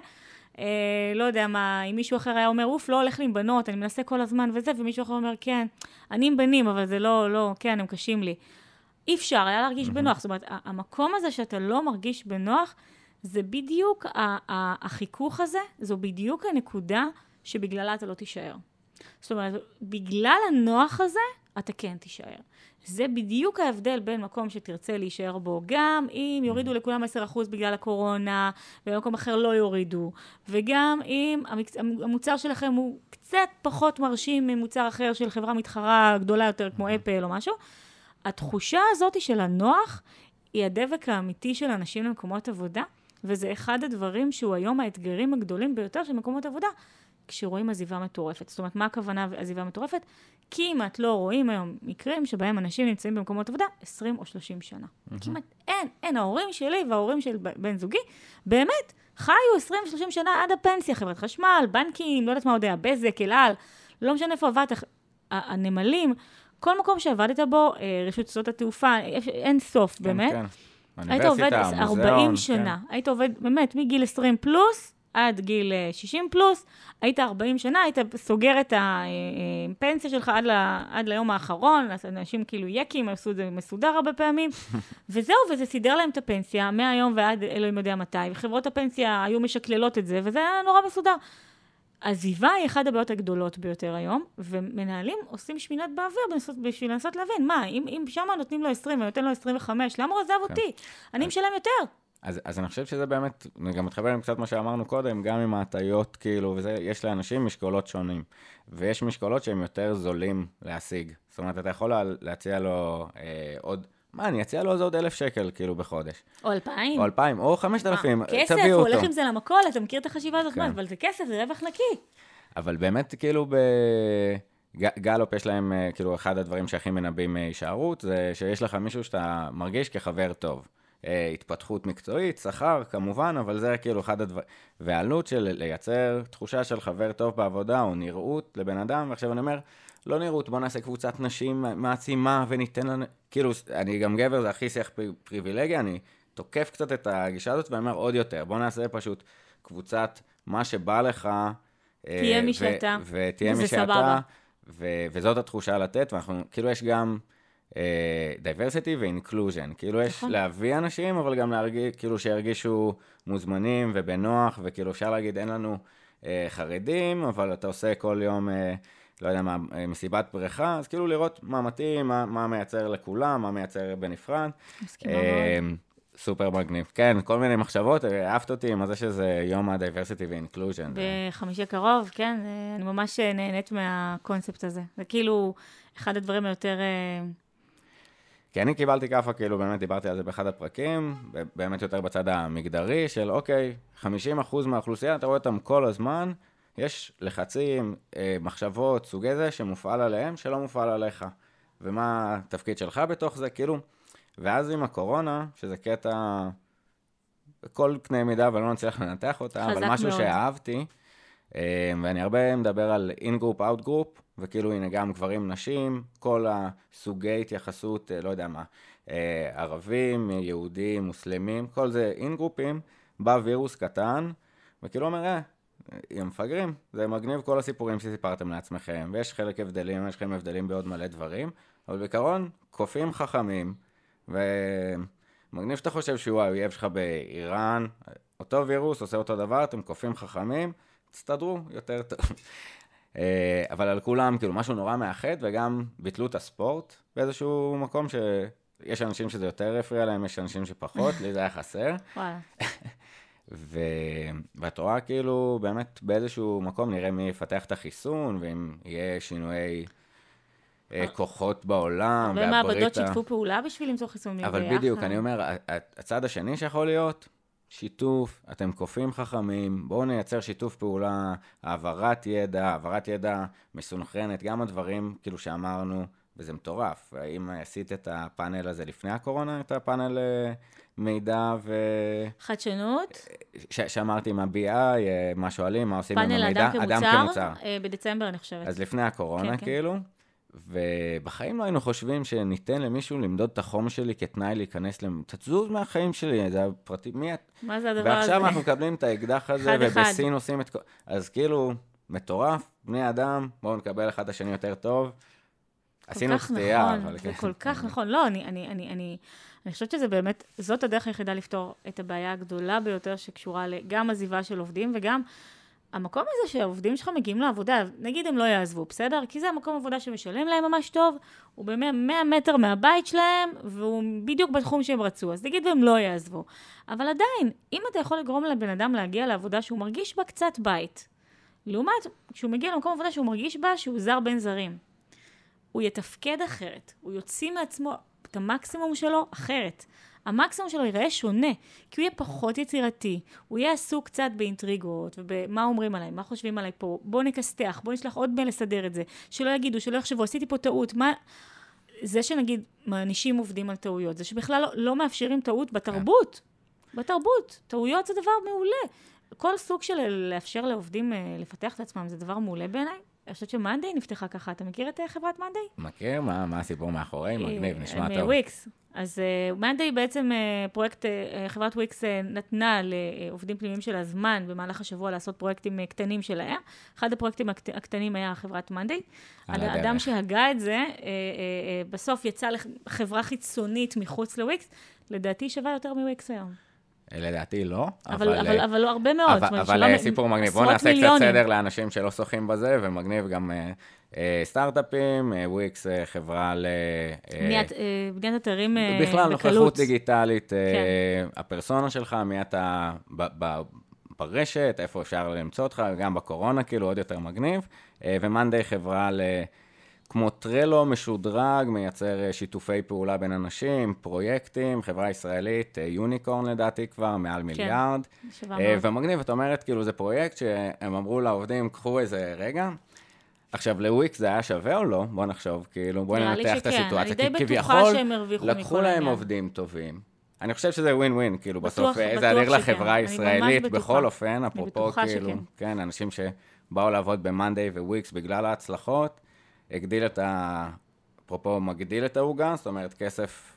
לא יודע מה, אם מישהו אחר היה אומר, אוף, לא הולך לי עם בנות, אני מנסה כל הזמן וזה, ומישהו אחר אומר, כן, אני עם בנים, אבל זה לא, לא, כן, הם קשים לי. אי אפשר היה להרגיש בנוח, זאת אומרת, המקום הזה שאתה לא מרגיש בנוח, זה בדיוק החיכוך הזה, זו בדיוק הנקודה שבגללה אתה לא תישאר. זאת אומרת, בגלל הנוח הזה, אתה כן תישאר. זה בדיוק ההבדל בין מקום שתרצה להישאר בו, גם אם יורידו לכולם עשרה אחוז בגלל הקורונה, ובמקום אחר לא יורידו, וגם אם המוצר שלכם הוא קצת פחות מרשים ממוצר אחר של חברה מתחרה גדולה יותר כמו אפל או משהו, התחושה הזאת של הנוח היא הדבק האמיתי של אנשים למקומות עבודה, וזה אחד הדברים שהוא היום האתגרים הגדולים ביותר של מקומות עבודה, כשרואים עזיבה מטורפת. זאת אומרת, מה הכוונה עזיבה מטורפת? כמעט לא רואים היום מקרים שבהם אנשים נמצאים במקומות עבודה עשרים או שלושים שנה. Mm-hmm. כמעט אין, אין, ההורים שלי וההורים של בן זוגי, באמת, חיו עשרים או שלושים שנה עד הפנסיה, חברת חשמל, בנקים, לא יודעת מה עוד היה, בזק, אלעל, לא משנה איפה עבדת, הנמלים, כל מקום שעבדת בו, רשות שדות התעופה, אין סוף, באמת. כן, כן. היית עובד ארבעים שנה, כן. היית עובד באמת מגיל עשרים פלוס, עד גיל שישים פלוס, היית ארבעים שנה, היית סוגר את הפנסיה שלך עד, ל, עד ליום האחרון, אנשים כאילו יקים, עשו את זה מסודר הרבה פעמים, וזהו, וזה סידר להם את הפנסיה, מהיום ועד אלוהים יודע מתי, וחברות הפנסיה היו משקללות את זה, וזה היה נורא מסודר. עזיבה היא אחד הבעיות הגדולות ביותר היום, ומנהלים עושים שמינת באוויר בשביל לנסות להבין, מה, אם, אם שמה נותנים לו עשרים ונותן לו עשרים וחמש, למה הוא עזב אותי? אני משלם יותר. אז, אז אני חושב שזה באמת, אני גם מתחבר עם קצת מה שאמרנו קודם, גם עם ההטיות, כאילו, וזה, יש לאנשים משקולות שונים, ויש משקולות שהם יותר זולים להשיג. זאת אומרת, אתה יכול לה, להציע לו אה, עוד, מה, אני אציע לו עוד אלף שקל, כאילו, בחודש. או אלפיים. או אלפיים, או חמשת אלפים, תביאו אותו. כסף, הוא הולך עם זה למקול, אתה מכיר את החשיבה הזאת, כן. מה, אבל זה כסף, זה רווח נקי. אבל באמת, כאילו, ב... גלופ יש להם, כאילו, אחד הדברים שהכי מנבאים הישארות, זה שיש לך מישהו שאתה מרגיש כחבר טוב. התפתחות מקצועית, שכר, כמובן, אבל זה כאילו אחד הדברים, והעלות של לייצר תחושה של חבר טוב בעבודה, או נראות לבן אדם, ועכשיו אני אומר, לא נראות, בוא נעשה קבוצת נשים מעצימה, וניתן לנו, כאילו, אני גם גבר, זה הכי שיח פריבילגיה, אני תוקף קצת את הגישה הזאת, ואני אומר עוד יותר, בוא נעשה פשוט קבוצת מה שבא לך, תהיה מי שאתה, ותהיה מי שאתה, וזאת התחושה לתת, ואנחנו, כאילו יש גם, diversity ו-inclusion, כאילו יש להביא אנשים, אבל גם להרגיש, כאילו שירגישו מוזמנים ובנוח, וכאילו אפשר להגיד, אין לנו חרדים, אבל אתה עושה כל יום, לא יודע מה, מסיבת בריכה, אז כאילו לראות מה מתאים, מה, מה מייצר לכולם, מה מייצר בנפרד. מסכימה מאוד. סופר מגניב. כן, כל מיני מחשבות, אהבת אותי עם זה שזה יום ה-diversity ו-inclusion. בחמישי קרוב, כן, אני ממש נהנית מהקונספט הזה. זה כאילו אחד הדברים היותר... כי אני קיבלתי ככה, כאילו באמת דיברתי על זה באחד הפרקים, באמת יותר בצד המגדרי, של אוקיי, חמישים אחוז מהאוכלוסייה, אתה רואה אותם כל הזמן, יש לחצים, מחשבות, סוגי זה, שמופעל עליהם, שלא מופעל עליך. ומה התפקיד שלך בתוך זה, כאילו, ואז עם הקורונה, שזה קטע, כל קנה מידה, ולא נצליח לנתח אותה, אבל משהו מאוד. שאהבתי, ואני הרבה מדבר על in-group, out-group, וכאילו הנה גם גברים, נשים, כל הסוגי התייחסות, לא יודע מה, ערבים, יהודים, מוסלמים, כל זה in-groupים, בא וירוס קטן, וכאילו אומר, אה, הם מפגרים, זה מגניב כל הסיפורים שסיפרתם לעצמכם, ויש חלק הבדלים, יש לכם הבדלים בעוד מלא דברים, אבל בעיקרון, קופים חכמים, ומגניב שאתה חושב שהוא האויב שלך באיראן, אותו וירוס עושה אותו דבר, אתם קופים חכמים, תסתדרו יותר טוב. אבל על כולם, כאילו, משהו נורא מאחד, וגם ביטלו את הספורט באיזשהו מקום שיש אנשים שזה יותר הפריע להם, יש אנשים שפחות, לי זה היה חסר. וואלה. ואת רואה כאילו, באמת באיזשהו מקום נראה מי יפתח את החיסון, ואם יהיה שינויי כוחות בעולם, והברית... הרבה מעבדות שיתפו פעולה בשביל למצוא חיסון ביחד. אבל בדיוק, אני אומר, הצד השני שיכול להיות, שיתוף, אתם קופים חכמים, בואו נייצר שיתוף פעולה, העברת ידע, העברת ידע מסונכרנת, גם הדברים כאילו שאמרנו, וזה מטורף. האם עשית את הפאנל הזה לפני הקורונה, את הפאנל מידע ו... חדשנות? ש- שאמרתי מה בי איי, מה שואלים, מה עושים עם המידע. פאנל אדם כמוצר, בדצמבר אני חושבת. אז לפני הקורונה כן, כאילו, ובחיים לא היינו חושבים שניתן למישהו למדוד את החום שלי כתנאי להיכנס, תזוז מהחיים שלי, זה הפרטי, מי את? מה זה הדבר ועכשיו הזה? אנחנו מקבלים את האקדח הזה, ובסין עושים את כל... אז כאילו, מטורף, בני אדם, בואו נקבל אחד השני יותר טוב. עשינו סטייה, אבל... זה כל כך נכון. לא, אני, אני, אני, אני, אני חושבת שזה באמת, זאת הדרך היחידה לפתור את הבעיה הגדולה ביותר שקשורה גם עזיבה של עובדים, וגם המקום הזה שהעובדים שלך מגיעים לעבודה, נגיד הם לא יעזבו, בסדר? כי זה המקום עבודה שמשלם להם ממש טוב, הוא ב-מאה מטר מהבית שלהם, והוא בדיוק בתחום שהם רצו, אז נגיד והם לא יעזבו. אבל עדיין, אם אתה יכול לגרום לבן אדם להגיע לעבודה שהוא מרגיש בה קצת בית, לעומת, כשהוא מגיע למקום עבודה שהוא מרגיש בה שהוא זר בין זרים, הוא יתפקד אחרת, הוא יוציא מעצמו את המקסימום שלו אחרת. המקסימום שלו ייראה שונה, כי הוא יהיה פחות יצירתי, הוא יהיה עסוק קצת באינטריגות, ובמה אומרים עליי, מה חושבים עליי פה, בוא נכסתח, בוא נשלח עוד מייל לסדר את זה, שלא יגידו, שלא יחשבו, עשיתי פה טעות, מה... זה שנגיד, אנשים עובדים על טעויות, זה שבכלל לא, לא מאפשרים טעות בתרבות, בתרבות, טעויות זה דבר מעולה. כל סוג של לאפשר לעובדים לפתח את עצמם, זה דבר מעולה בעיניי. אני חושבת שמאנדיי נפתחה ככה. אתה מכיר את חברת מאנדיי? מכיר? מה, מה הסיפור מאחורי? מגניב, נשמע טוב. וויקס. אז מאנדיי בעצם פרויקט, חברת וויקס נתנה לעובדים פנימיים של הזמן במהלך השבוע לעשות פרויקטים קטנים שלהם. אחד הפרויקטים הקטנים היה חברת מאנדיי. האדם שהגה את זה, בסוף יצא לחברה חיצונית מחוץ לוויקס, לדעתי שווה יותר מוויקס היום. לדעתי לא. אבל, אבל, אבל לא הרבה מאוד. אבל, אבל סיפור מגניב. בואו נעשה מיליונים. קצת סדר לאנשים שלא שוחים בזה, ומגניב גם סטארט-אפים, וויקס חברה ל... בניית, בניית אתרים בקלות. בכלל, נוכחות דיגיטלית, כן. הפרסונה שלך, מי אתה ב, ב, ברשת, איפה אפשר למצוא אותך, גם בקורונה, כאילו עוד יותר מגניב, ומנדי חברה ל... כמו טרלו משודרג, מייצר שיתופי פעולה בין אנשים, פרויקטים, חברה ישראלית, יוניקורן לדעתי כבר, מעל מיליארד. כן, ומגניב, את אומרת, כאילו זה פרויקט שהם אמרו לעובדים, קחו איזה רגע. עכשיו, לוויקס זה היה שווה או לא? בוא נחשוב, כאילו, בוא ננתח את הסיטואציה. אני די בטוחה שהם הרוויחו מכל לקחו להם עובדים טובים. אני חושב שזה ווין ווין, כאילו בסוף, זה אדיר לחברה הישראלית, בכל אופן, אפרופו, כאילו, כן, אנשים שבאו לעבוד במנדי וויקס בגלל ההצלחות, הגדיל את ה... אפרופו מגדיל את העוגה, זאת אומרת כסף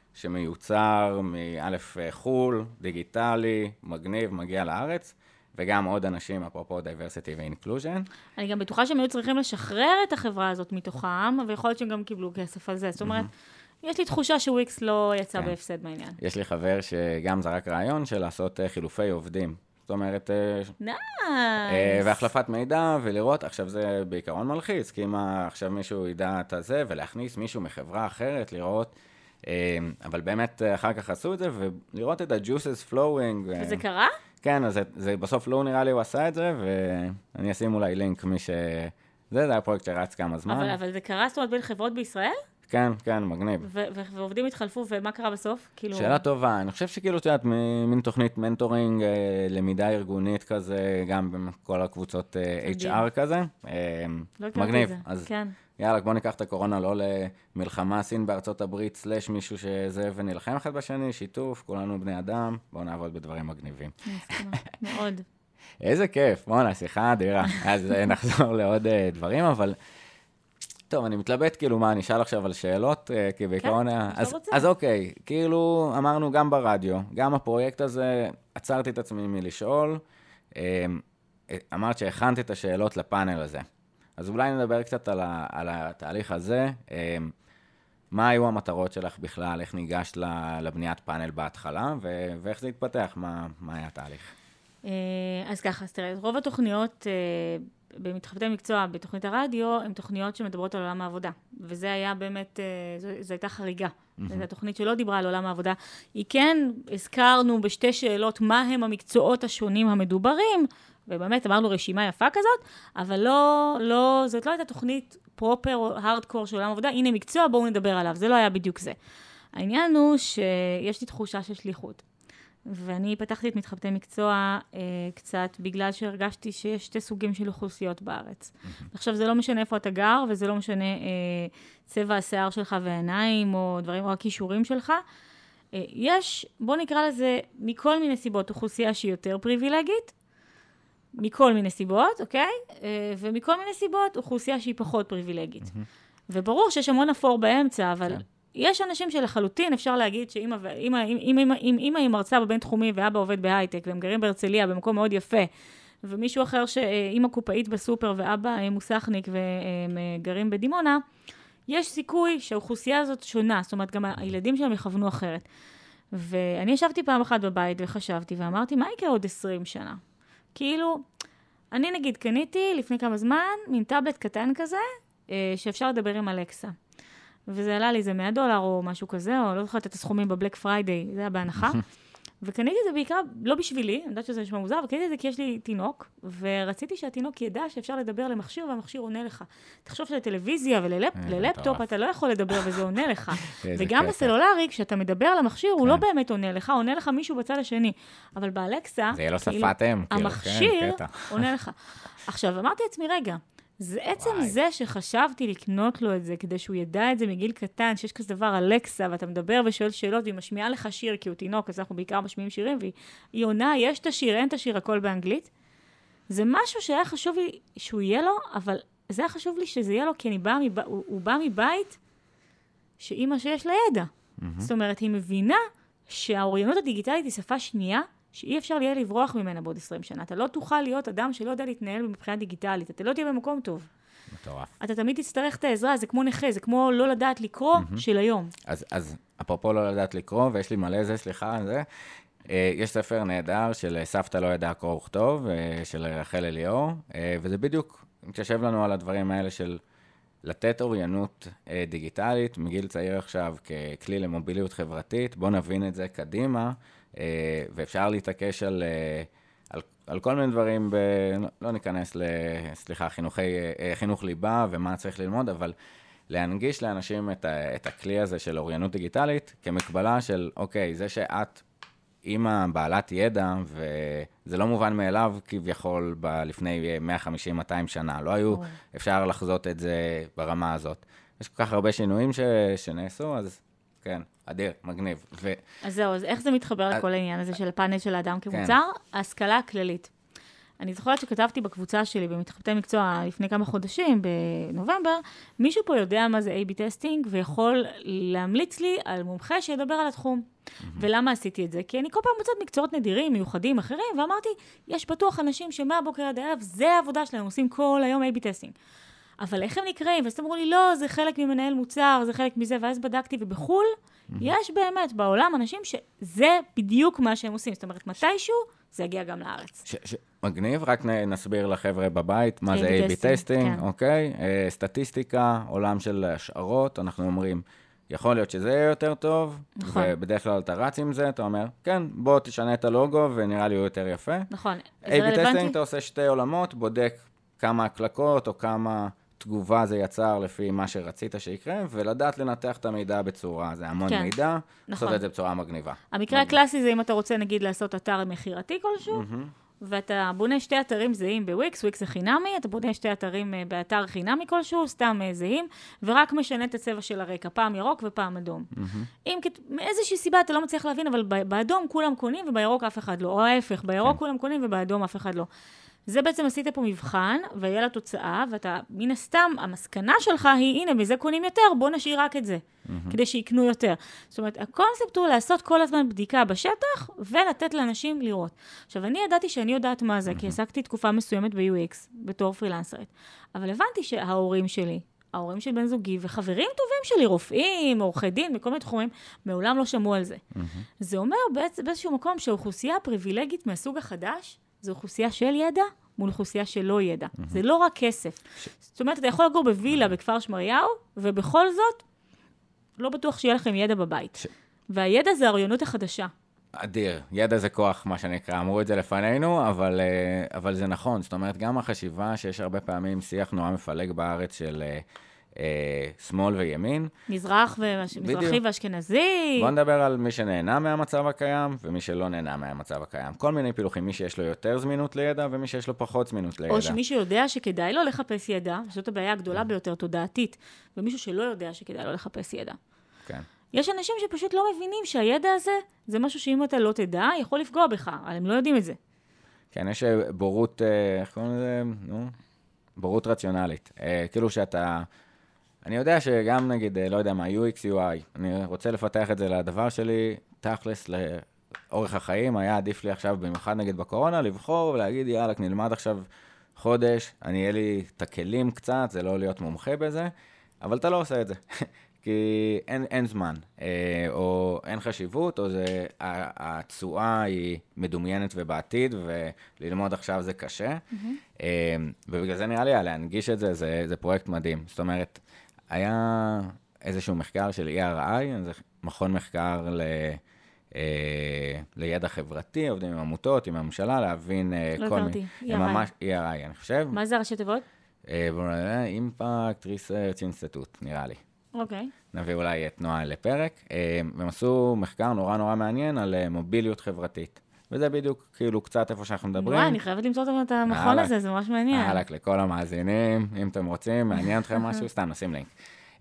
שמיוצר מאלף חול, דיגיטלי, מגניב, מגיע לארץ, וגם עוד אנשים, אפרופו diversity ו-inclusion. אני גם בטוחה שהם היו צריכים לשחרר את החברה הזאת מתוכם, ויכול להיות שהם גם קיבלו כסף על זה. זאת אומרת, יש לי תחושה שוויקס לא יצא בהפסד מהעניין. יש לי חבר שגם זרק רעיון של לעשות חילופי עובדים. זאת אומרת, נייס. והחלפת מידע ולראות, עכשיו זה בעיקרון מלחיץ, כי אם עכשיו מישהו ידע את זה, ולהכניס מישהו מחברה אחרת, לראות, אבל באמת אחר כך עשו את זה, ולראות את ה-juices flowing. וזה קרה? כן, אז זה בסוף לא נראה לי הוא עשה את זה, ואני אשים אולי לינק מי ש... זה, זה היה פרויקט שרץ כמה זמן. אבל, אבל זה קרה, זאת אומרת, בין חברות בישראל? כן, כן, מגניב. ו- ו- ועובדים התחלפו, ומה קרה בסוף? כאילו... שאלה טובה, אני חושב שכאילו, את יודעת, מין תוכנית מנטורינג, למידה ארגונית כזה, גם בכל הקבוצות אייץ' אר כזה. לא מגניב. אז כן. יאללה, בוא ניקח את הקורונה לא למלחמה סין בארצות הברית, סלש מישהו שזה, ונלחם אחד בשני, שיתוף, כולנו בני אדם, בואו נעבוד בדברים מגניבים. מאוד. איזה כיף, בואו נשיחה אדירה. אז נחזור לעוד דברים, אבל... טוב, אני מתלבט, כאילו, מה, אני אשאל עכשיו על שאלות, כי בעיקרון... כן, אז, אז אוקיי, כאילו, אמרנו גם ברדיו, גם הפרויקט הזה, עצרתי את עצמי מלשאול, אמרת שהכנתי את השאלות לפאנל הזה. אז אולי נדבר קצת על, ה, על התהליך הזה, מה היו המטרות שלך בכלל, איך ניגשת לבניית פאנל בהתחלה, ו- ואיך זה התפתח, מה, מה היה התהליך? אז ככה, אז תראה, רוב התוכניות... במתחבטי מקצוע, בתוכנית הרדיו, הן תוכניות שמדברות על עולם העבודה. וזה היה באמת, זו, זו הייתה חריגה. Mm-hmm. זו תוכנית שלא דיברה על עולם העבודה. היא כן, הזכרנו בשתי שאלות מה הם המקצועות השונים המדוברים, ובאמת אמרנו רשימה יפה כזאת, אבל לא, לא, זאת לא הייתה תוכנית פרופר או הארדקור של עולם העבודה, הנה מקצוע, בואו נדבר עליו. זה לא היה בדיוק זה. העניין הוא שיש לי תחושה של שליחות. ואני פתחתי את מתחבטי מקצוע אה, קצת בגלל שהרגשתי שיש שתי סוגים של אוכלוסיות בארץ. Mm-hmm. עכשיו, זה לא משנה איפה אתה גר, וזה לא משנה אה, צבע השיער שלך והעיניים, או דברים, או הכישורים שלך. אה, יש, בוא נקרא לזה, מכל מיני סיבות, אוכלוסייה שהיא יותר פריבילגית, מכל מיני סיבות, אוקיי? אה, ומכל מיני סיבות, אוכלוסייה שהיא פחות פריבילגית. Mm-hmm. וברור שיש המון אפור באמצע, אבל... כן. יש אנשים שלחלוטין אפשר להגיד שאמא היא מרצה בבין תחומי ואבא עובד בהייטק, והם גרים בהרצליה במקום מאוד יפה, ומישהו אחר שאמא קופאית בסופר ואבא מוסכניק והם גרים בדימונה, יש סיכוי שהאוכלוסייה הזאת שונה, זאת אומרת גם הילדים שלהם יכוונו אחרת. ואני ישבתי פעם אחת בבית וחשבתי ואמרתי, מה יקרה עוד עשרים שנה? כאילו, אני נגיד קניתי לפני כמה זמן מין טאבלט קטן כזה, שאפשר לדבר עם אלקסה. וזה עלה לי, זה מאה דולר או משהו כזה, או לא זוכרת את הסכומים בבלק פריידיי, זה היה בהנחה. וקניתי את זה בעיקר, לא בשבילי, אני יודעת שזה נשמע מוזר, אבל קניתי את זה כי יש לי תינוק, ורציתי שהתינוק ידע שאפשר לדבר למכשיר, והמכשיר עונה לך. תחשוב שלטלוויזיה וללפטופ, אתה לא יכול לדבר וזה עונה לך. וגם בסלולרי, כשאתה מדבר למכשיר, הוא לא באמת עונה לך, עונה לך מישהו בצד השני. אבל באלקסה, זה יהיה לו שפת אם, המכשיר עונה לך. עכשיו, אמרתי לעצמי, רגע, זה עצם וואי. זה שחשבתי לקנות לו את זה, כדי שהוא ידע את זה מגיל קטן, שיש כזה דבר אלקסה, ואתה מדבר ושואל שאלות, והיא משמיעה לך שיר, כי הוא תינוק, אז אנחנו בעיקר משמיעים שירים, והיא עונה, יש את השיר, אין את השיר, הכל באנגלית. זה משהו שהיה חשוב לי שהוא יהיה לו, אבל זה היה חשוב לי שזה יהיה לו, כי אני בא מב... הוא, הוא בא מבית שאימא שיש לה ידע. Mm-hmm. זאת אומרת, היא מבינה שהאוריינות הדיגיטלית היא שפה שנייה, שאי אפשר יהיה לברוח ממנה בעוד עשרים שנה. אתה לא תוכל להיות אדם שלא יודע להתנהל מבחינה דיגיטלית. אתה לא תהיה במקום טוב. מטורף. אתה תמיד תצטרך את העזרה, זה כמו נכה, זה כמו לא לדעת לקרוא mm-hmm. של היום. אז, אז אפרופו לא לדעת לקרוא, ויש לי מלא זה, סליחה, זה, יש ספר נהדר של סבתא לא ידעה קרוא וכתוב, של רחל אליאור, וזה בדיוק מתיישב לנו על הדברים האלה של לתת אוריינות דיגיטלית מגיל צעיר עכשיו ככלי למוביליות חברתית. בואו נבין את זה קדימה, ואפשר להתעקש על, על, על כל מיני דברים, ב, לא ניכנס ל, סליחה, חינוכי, חינוך ליבה ומה צריך ללמוד, אבל להנגיש לאנשים את, ה, את הכלי הזה של אוריינות דיגיטלית כמקבלה של, אוקיי, זה שאת אימא בעלת ידע, וזה לא מובן מאליו כביכול ב- לפני מאה וחמישים מאתיים שנה. לא היו, אפשר לחזות את זה ברמה הזאת. יש כל כך הרבה שינויים ש... שנעשו, אז כן, אדיר, מגניב. ו... אז זהו, אז איך זה מתחבר לכל העניין הזה של הפאנל של האדם כמוצר? ההשכלה הכללית. אני זוכרת שכתבתי בקבוצה שלי במתחבטי מקצוע לפני כמה חודשים, בנובמבר, מישהו פה יודע מה זה איי בי טסטינג, ויכול להמליץ לי על מומחה שידבר על התחום. ולמה עשיתי את זה? כי אני כל פעם מוצאת מקצועות נדירים, מיוחדים, אחרים, ואמרתי, יש בטוח אנשים שמהבוקר עד הערב, זה העבודה שלהם, עושים כל היום איי בי טסטינג. אבל איך הם נקראים? ואז אמרו לי, לא, זה חלק ממנהל מוצר, זה חלק מזה, ואז בדקתי, ובחול, יש באמת בעולם אנשים שזה בדיוק מה שהם עושים. זאת אומרת, מתישהו, זה יגיע גם לארץ. ש- ש- מגניב, רק נסביר לחבר'ה בבית מה זה איי בי טסטינג, אוקיי? סטטיסטיקה, עולם של השערות, אנחנו אומרים, יכול להיות שזה יהיה יותר טוב, נכון. ובדרך כלל אתה רץ עם זה, אתה אומר, כן, בוא תשנה את הלוגו ונראה לי הוא יותר יפה. נכון. איי בי טסטינג, אתה עושה שתי עולמות, בודק כמה הקלקות או כמה תגובה זה יצר לפי מה שרצית שיקרה, ולדעת לנתח את המידע בצורה, זה המון כן. מידע, נכון. לעשות את זה בצורה מגניבה. המקרה הקלאסי זה אם אתה רוצה, נגיד, לעשות אתר מחירתי כלשהו, ואתה בונה שתי אתרים זהים בוויקס, וויקס זה חינמי, אתה בונה שתי אתרים באתר חינמי כלשהו, סתם זהים, ורק משנה את הצבע של הרקע, פעם ירוק ופעם אדום. אם מאיזושהי סיבה אתה לא מצליח להבין, אבל באדום כולם קונים ובירוק אף אחד לא, או ההפך, בירוק כולם קונים ובאדום אף אחד לא. זה בעצם עשית פה מבחן, והיה לה תוצאה, ואתה, מן הסתם, המסקנה שלך היא, הנה, בזה קונים יותר, בוא נשאיר רק את זה, mm-hmm. כדי שיקנו יותר. זאת אומרת, הקונספט הוא לעשות כל הזמן בדיקה בשטח, ולתת לאנשים לראות. עכשיו, אני ידעתי שאני יודעת מה זה, mm-hmm. כי עסקתי תקופה מסוימת ב-יו אקס, בתור פרילנסרית. אבל הבנתי שההורים שלי, ההורים של בן זוגי, וחברים טובים שלי, רופאים, עורכי דין, מכל מיני תחומים, מעולם לא שמעו על זה. Mm-hmm. זה אומר באיז, באיזשהו מקום שהאוכלוסייה הפריבילגית מהסוג החדש, זו אוכלוסייה של ידע מול אוכלוסייה של לא ידע. Mm-hmm. זה לא רק כסף. ש... זאת אומרת, אתה יכול לגור בווילה בכפר שמריהו, ובכל זאת, לא בטוח שיהיה לכם ידע בבית. ש... והידע זה האוריינות החדשה. אדיר. ידע זה כוח, מה שנקרא. אמרו את זה לפנינו, אבל, אבל זה נכון. זאת אומרת, גם החשיבה שיש הרבה פעמים שיח נורא מפלג בארץ של אה, שמאל וימין. מזרח ומזרחי ואשכנזי. בוא נדבר על מי שנהנה מהמצב הקיים, ומי שלא נהנה מהמצב הקיים. כל מיני פילוחים, מי שיש לו יותר זמינות לידע, ומי שיש לו פחות זמינות לידע. או שמישהו יודע שכדאי לו לחפש ידע, זאת הבעיה הגדולה ביותר, תודעתית, ומישהו שלא יודע שכדאי לו לחפש ידע. כן. יש אנשים שפשוט לא מבינים שהידע הזה, זה משהו שאם אתה לא תדע, יכול לפגוע בך, אבל הם לא יודעים את זה. כן, יש בורות, איך קוראים לזה? נו, בורות רציונלית. כאילו שאתה... אני יודע שגם נגיד, לא יודע מה, יו אקס, יו איי, אני רוצה לפתח את זה לדבר שלי, תכלס לאורך החיים, היה עדיף לי עכשיו, במיוחד נגיד בקורונה, לבחור ולהגיד, יאללה, נלמד עכשיו חודש, אני אהיה לי את הכלים קצת, זה לא להיות מומחה בזה, אבל אתה לא עושה את זה, כי אין, אין זמן, או אין חשיבות, או זה, התשואה היא מדומיינת ובעתיד, וללמוד עכשיו זה קשה, mm-hmm. ובגלל זה נראה לי, להנגיש את זה, זה, זה פרויקט מדהים, זאת אומרת, היה איזשהו מחקר של אי אר איי, זה מכון מחקר ל, אה, לידע חברתי, עובדים עם עמותות, עם הממשלה, להבין לא כל מיני... הם ממש אי אר איי, אני חושב. מה זה ראשי תיבות? Impact Research Institute, נראה לי. אוקיי. נביא אולי את נועה לפרק. והם עשו מחקר נורא נורא מעניין על מוביליות חברתית. וזה בדיוק כאילו קצת איפה שאנחנו מדברים. וואי, אני חייבת למצוא את המכון הזה, זה ממש מעניין. הלק, לכל המאזינים, אם אתם רוצים, מעניין אתכם משהו, סתם נשים לינק.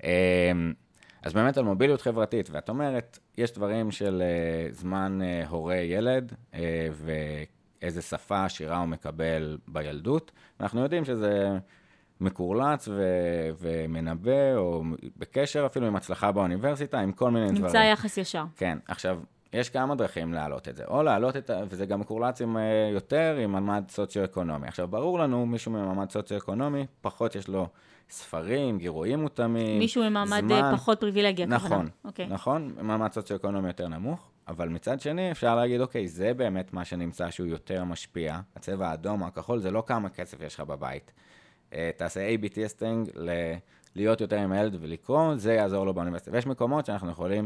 אז באמת על מוביליות חברתית, ואת אומרת, יש דברים של זמן הורה ילד, ואיזה שפה עשירה הוא מקבל בילדות. אנחנו יודעים שזה מקורלץ ו- ומנבא, או בקשר אפילו עם הצלחה באוניברסיטה, עם כל מיני נמצא דברים. נמצא יחס ישר. כן, עכשיו, יש כמה דרכים להעלות את זה. או להעלות את ה... וזה גם מקורלץ עם יותר, עם ממד סוציו-אקונומי. עכשיו, ברור לנו, מישהו ממעמד סוציו-אקונומי, פחות יש לו ספרים, גירויים מותאמים, מישהו ממעמד זמן. פחות פריבילגיה. נכון, okay. נכון, ממעמד סוציו-אקונומי יותר נמוך, אבל מצד שני אפשר להגיד, אוקיי, זה באמת מה שנמצא שהוא יותר משפיע. הצבע האדום, הכחול, זה לא כמה כסף יש לך בבית. תעשה איי בי טסטינג ל... להיות יותר עם הילד ולקרוא, זה יעזור לו באוניברסיטה. ויש מקומות שאנחנו יכולים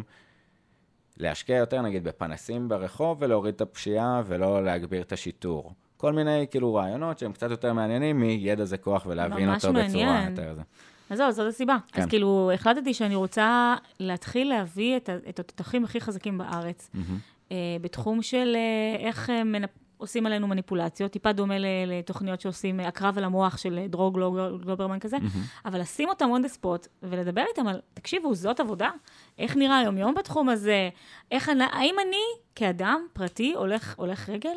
להשקיע יותר, נגיד, בפנסים ברחוב, ולהוריד את הפשיעה, ולא להגביר את השיטור. כל מיני, כאילו, רעיונות שהם קצת יותר מעניינים, מידע זה כוח, ולהבין אותו בצורה יותר זה. אז זהו, זאת הסיבה. כן. אז כאילו, החלטתי שאני רוצה להתחיל להביא את, את התותחים הכי חזקים בארץ, mm-hmm. אה, בתחום של אה, איך אה, מנפ... עושים עלינו מניפולציות, טיפה דומה לתוכניות שעושים הקרב על המוח של דרוג גלוברמן כזה, mm-hmm. אבל לשים אותם on the spot, ולדבר איתם על, תקשיבו, זאת עבודה? איך נראה היום יום בתחום הזה? איך, האם אני, כאדם פרטי, הולך, הולך רגל,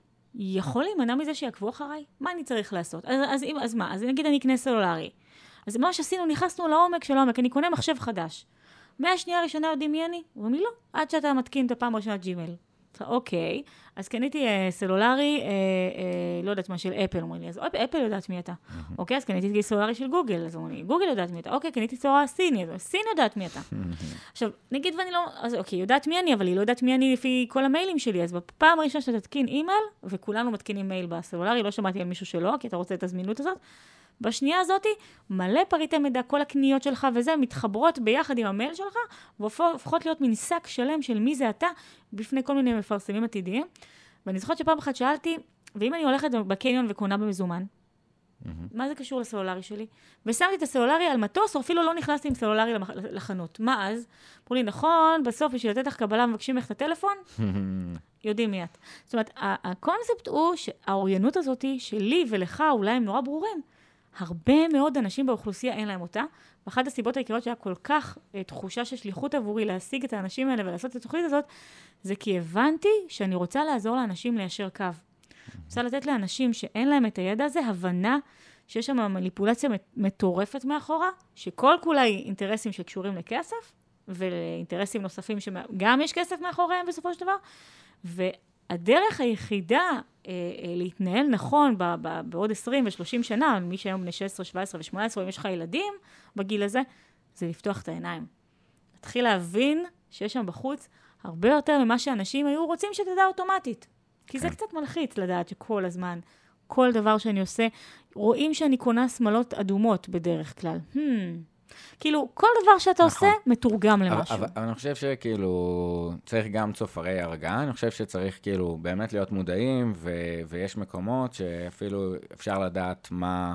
יכול להימנע מזה שיעקבו אחריי? מה אני צריך לעשות? אז, אז, אז, אז מה? אז נגיד אני אקנה סלולרי. אז מה שעשינו, נכנסנו לעומק של העומק, אני קונה מחשב חדש. מהשנייה הראשונה יודעים מי אני? הוא אומר לי לא, עד שאתה מתקין את הפעם הראשונה ג'ימייל. אוקיי, אז קניתי אה, סלולרי, אה, אה, לא יודעת מה, של אפל, אומרים לי, אז אפל יודעת מי אתה. אוקיי, אז קניתי סלולרי של גוגל, אז אומרים לי, גוגל יודעת מי אתה. אוקיי, קניתי סלולרי סיני, אז סין יודעת מי אתה. עכשיו, נגיד ואני לא, אז אוקיי, יודעת מי אני, אבל היא לא יודעת מי אני לפי כל המיילים שלי, אז בפעם הראשונה שאתה תתקין אימייל, וכולנו מתקינים מייל בסלולרי, לא שמעתי על מישהו שלא, כי אתה רוצה את הזמינות הזאת, בשנייה הזאת, מלא פריטי מידע, כל הקניות שלך וזה, מתחברות ביחד עם המייל שלך, והופכות להיות מין שק שלם של מי זה אתה, בפני כל מיני מפרסמים עתידיים. ואני זוכרת שפעם אחת שאלתי, ואם אני הולכת בקניון וקונה במזומן, mm-hmm. מה זה קשור לסלולרי שלי? ושמתי את הסלולרי על מטוס, או אפילו לא נכנסתי עם סלולרי לחנות. מה אז? אמרו לי, נכון, בסוף בשביל לתת לך קבלה מבקשים לך את הטלפון, יודעים מי את. זאת אומרת, הקונספט הוא שהאוריינות הזאת שלי ולך אולי הם נורא ברורים, הרבה מאוד אנשים באוכלוסייה אין להם אותה, ואחת הסיבות העיקריות שהיה כל כך תחושה של שליחות עבורי להשיג את האנשים האלה ולעשות את התוכנית הזאת, זה כי הבנתי שאני רוצה לעזור לאנשים ליישר קו. רוצה לתת לאנשים שאין להם את הידע הזה, הבנה שיש שם מניפולציה מטורפת מאחורה, שכל כולה היא אינטרסים שקשורים לכסף, ולאינטרסים נוספים שגם יש כסף מאחוריהם בסופו של דבר, והדרך היחידה אה, אה, להתנהל נכון ב- ב- בעוד עשרים ושלושים שנה, מי שהיום בני שש עשרה, שבע עשרה ושמונה עשרה, אם יש לך ילדים בגיל הזה, זה לפתוח את העיניים. להתחיל להבין שיש שם בחוץ הרבה יותר ממה שאנשים היו רוצים שתדע אוטומטית. כי זה קצת מלחיץ לדעת שכל הזמן, כל דבר שאני עושה, רואים שאני קונה שמלות אדומות בדרך כלל. Hmm. כאילו, כל דבר שאתה נכון. עושה, מתורגם למשהו. אבל, אבל אני חושב שכאילו, צריך גם צופרי הרגעה, אני חושב שצריך כאילו באמת להיות מודעים, ו, ויש מקומות שאפילו אפשר לדעת מה,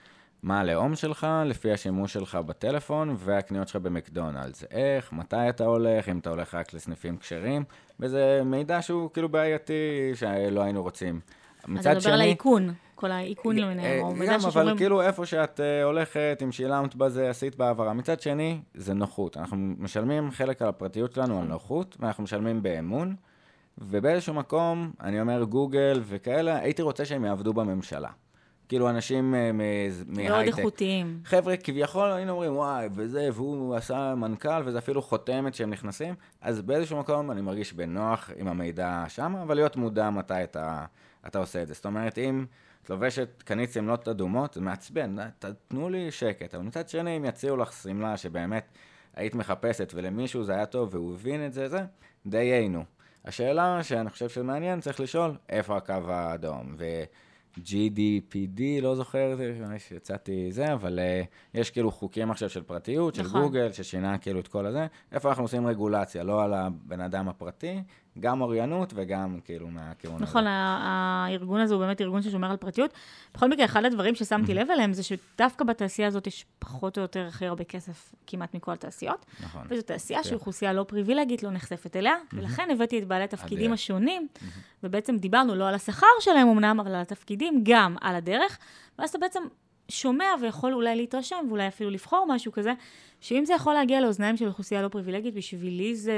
מה הלאום שלך, לפי השימוש שלך בטלפון, והקניות שלך במקדונלדס. איך, מתי אתה הולך, אם אתה הולך רק לסניפים כשרים, וזה מידע שהוא כאילו בעייתי, שלא היינו רוצים. אז אתה מדבר על האיכון. כל האיכון למיניהם, או מידע ששומרים... גם, אבל כאילו איפה שאת הולכת, אם שילמת בזה, עשית בעברה. מצד שני, זה נוחות. אנחנו משלמים חלק על הפרטיות שלנו על נוחות, ואנחנו משלמים באמון, ובאיזשהו מקום, אני אומר גוגל וכאלה, הייתי רוצה שהם יעבדו בממשלה. כאילו אנשים מהייטק. מאוד איכותיים. חבר'ה, כביכול, היינו אומרים, וואי, וזה, והוא עשה מנכ"ל, וזה אפילו חותמת שהם נכנסים, אז באיזשהו מקום אני מרגיש בנוח עם המידע שם, אבל להיות מודע מתי אתה, אתה עושה את זה. זאת אומרת, אם את לובשת קנית סמלות אדומות, זה מעצבן, תתנו לי שקט. אבל מצד שני, אם יציעו לך סמלה שבאמת היית מחפשת, ולמישהו זה היה טוב, והוא הבין את זה, זה דיינו. השאלה שאני חושב שמעניין, צריך לשאול, איפה הקו האדום? ו-ג'י די פי די, לא זוכר, שיצאתי זה, אבל uh, יש כאילו חוקים עכשיו של פרטיות, של נכון. גוגל, ששינה כאילו את כל הזה. איפה אנחנו עושים רגולציה? לא על הבן אדם הפרטי, גם אוריינות וגם כאילו מהכיוון הזה. נכון, הארגון הזה הוא באמת ארגון ששומר על פרטיות. בכל מקרה, אחד הדברים ששמתי לב אליהם זה שדווקא בתעשייה הזאת יש פחות או יותר הכי הרבה כסף כמעט מכל התעשיות. נכון. וזו תעשייה שאוכלוסייה לא פריבילגית, לא נחשפת אליה, ולכן הבאתי את בעלי התפקידים השונים, ובעצם דיברנו לא על השכר שלהם אמנם, אבל על התפקידים גם על הדרך, ואז אתה בעצם שומע ויכול אולי להתרשם, ואולי אפילו לבחור משהו כזה, שאם זה יכול להגיע לאוזניים של אוכלוסייה לא פריבילגית, בשבילי זה...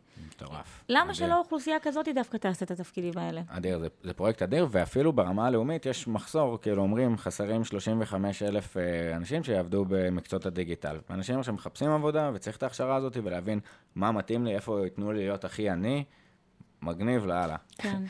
מטורף. למה שלא אוכלוסייה כזאת דווקא תעשה את התפקידים האלה? אדיר, זה, זה פרויקט אדיר, ואפילו ברמה הלאומית יש מחסור, כאילו אומרים, חסרים שלושים וחמישה אלף אנשים שיעבדו במקצועות הדיגיטל. אנשים שמחפשים עבודה, וצריך את ההכשרה הזאת, ולהבין מה מתאים לי, איפה ייתנו לי להיות הכי עני, מגניב לאללה. כן.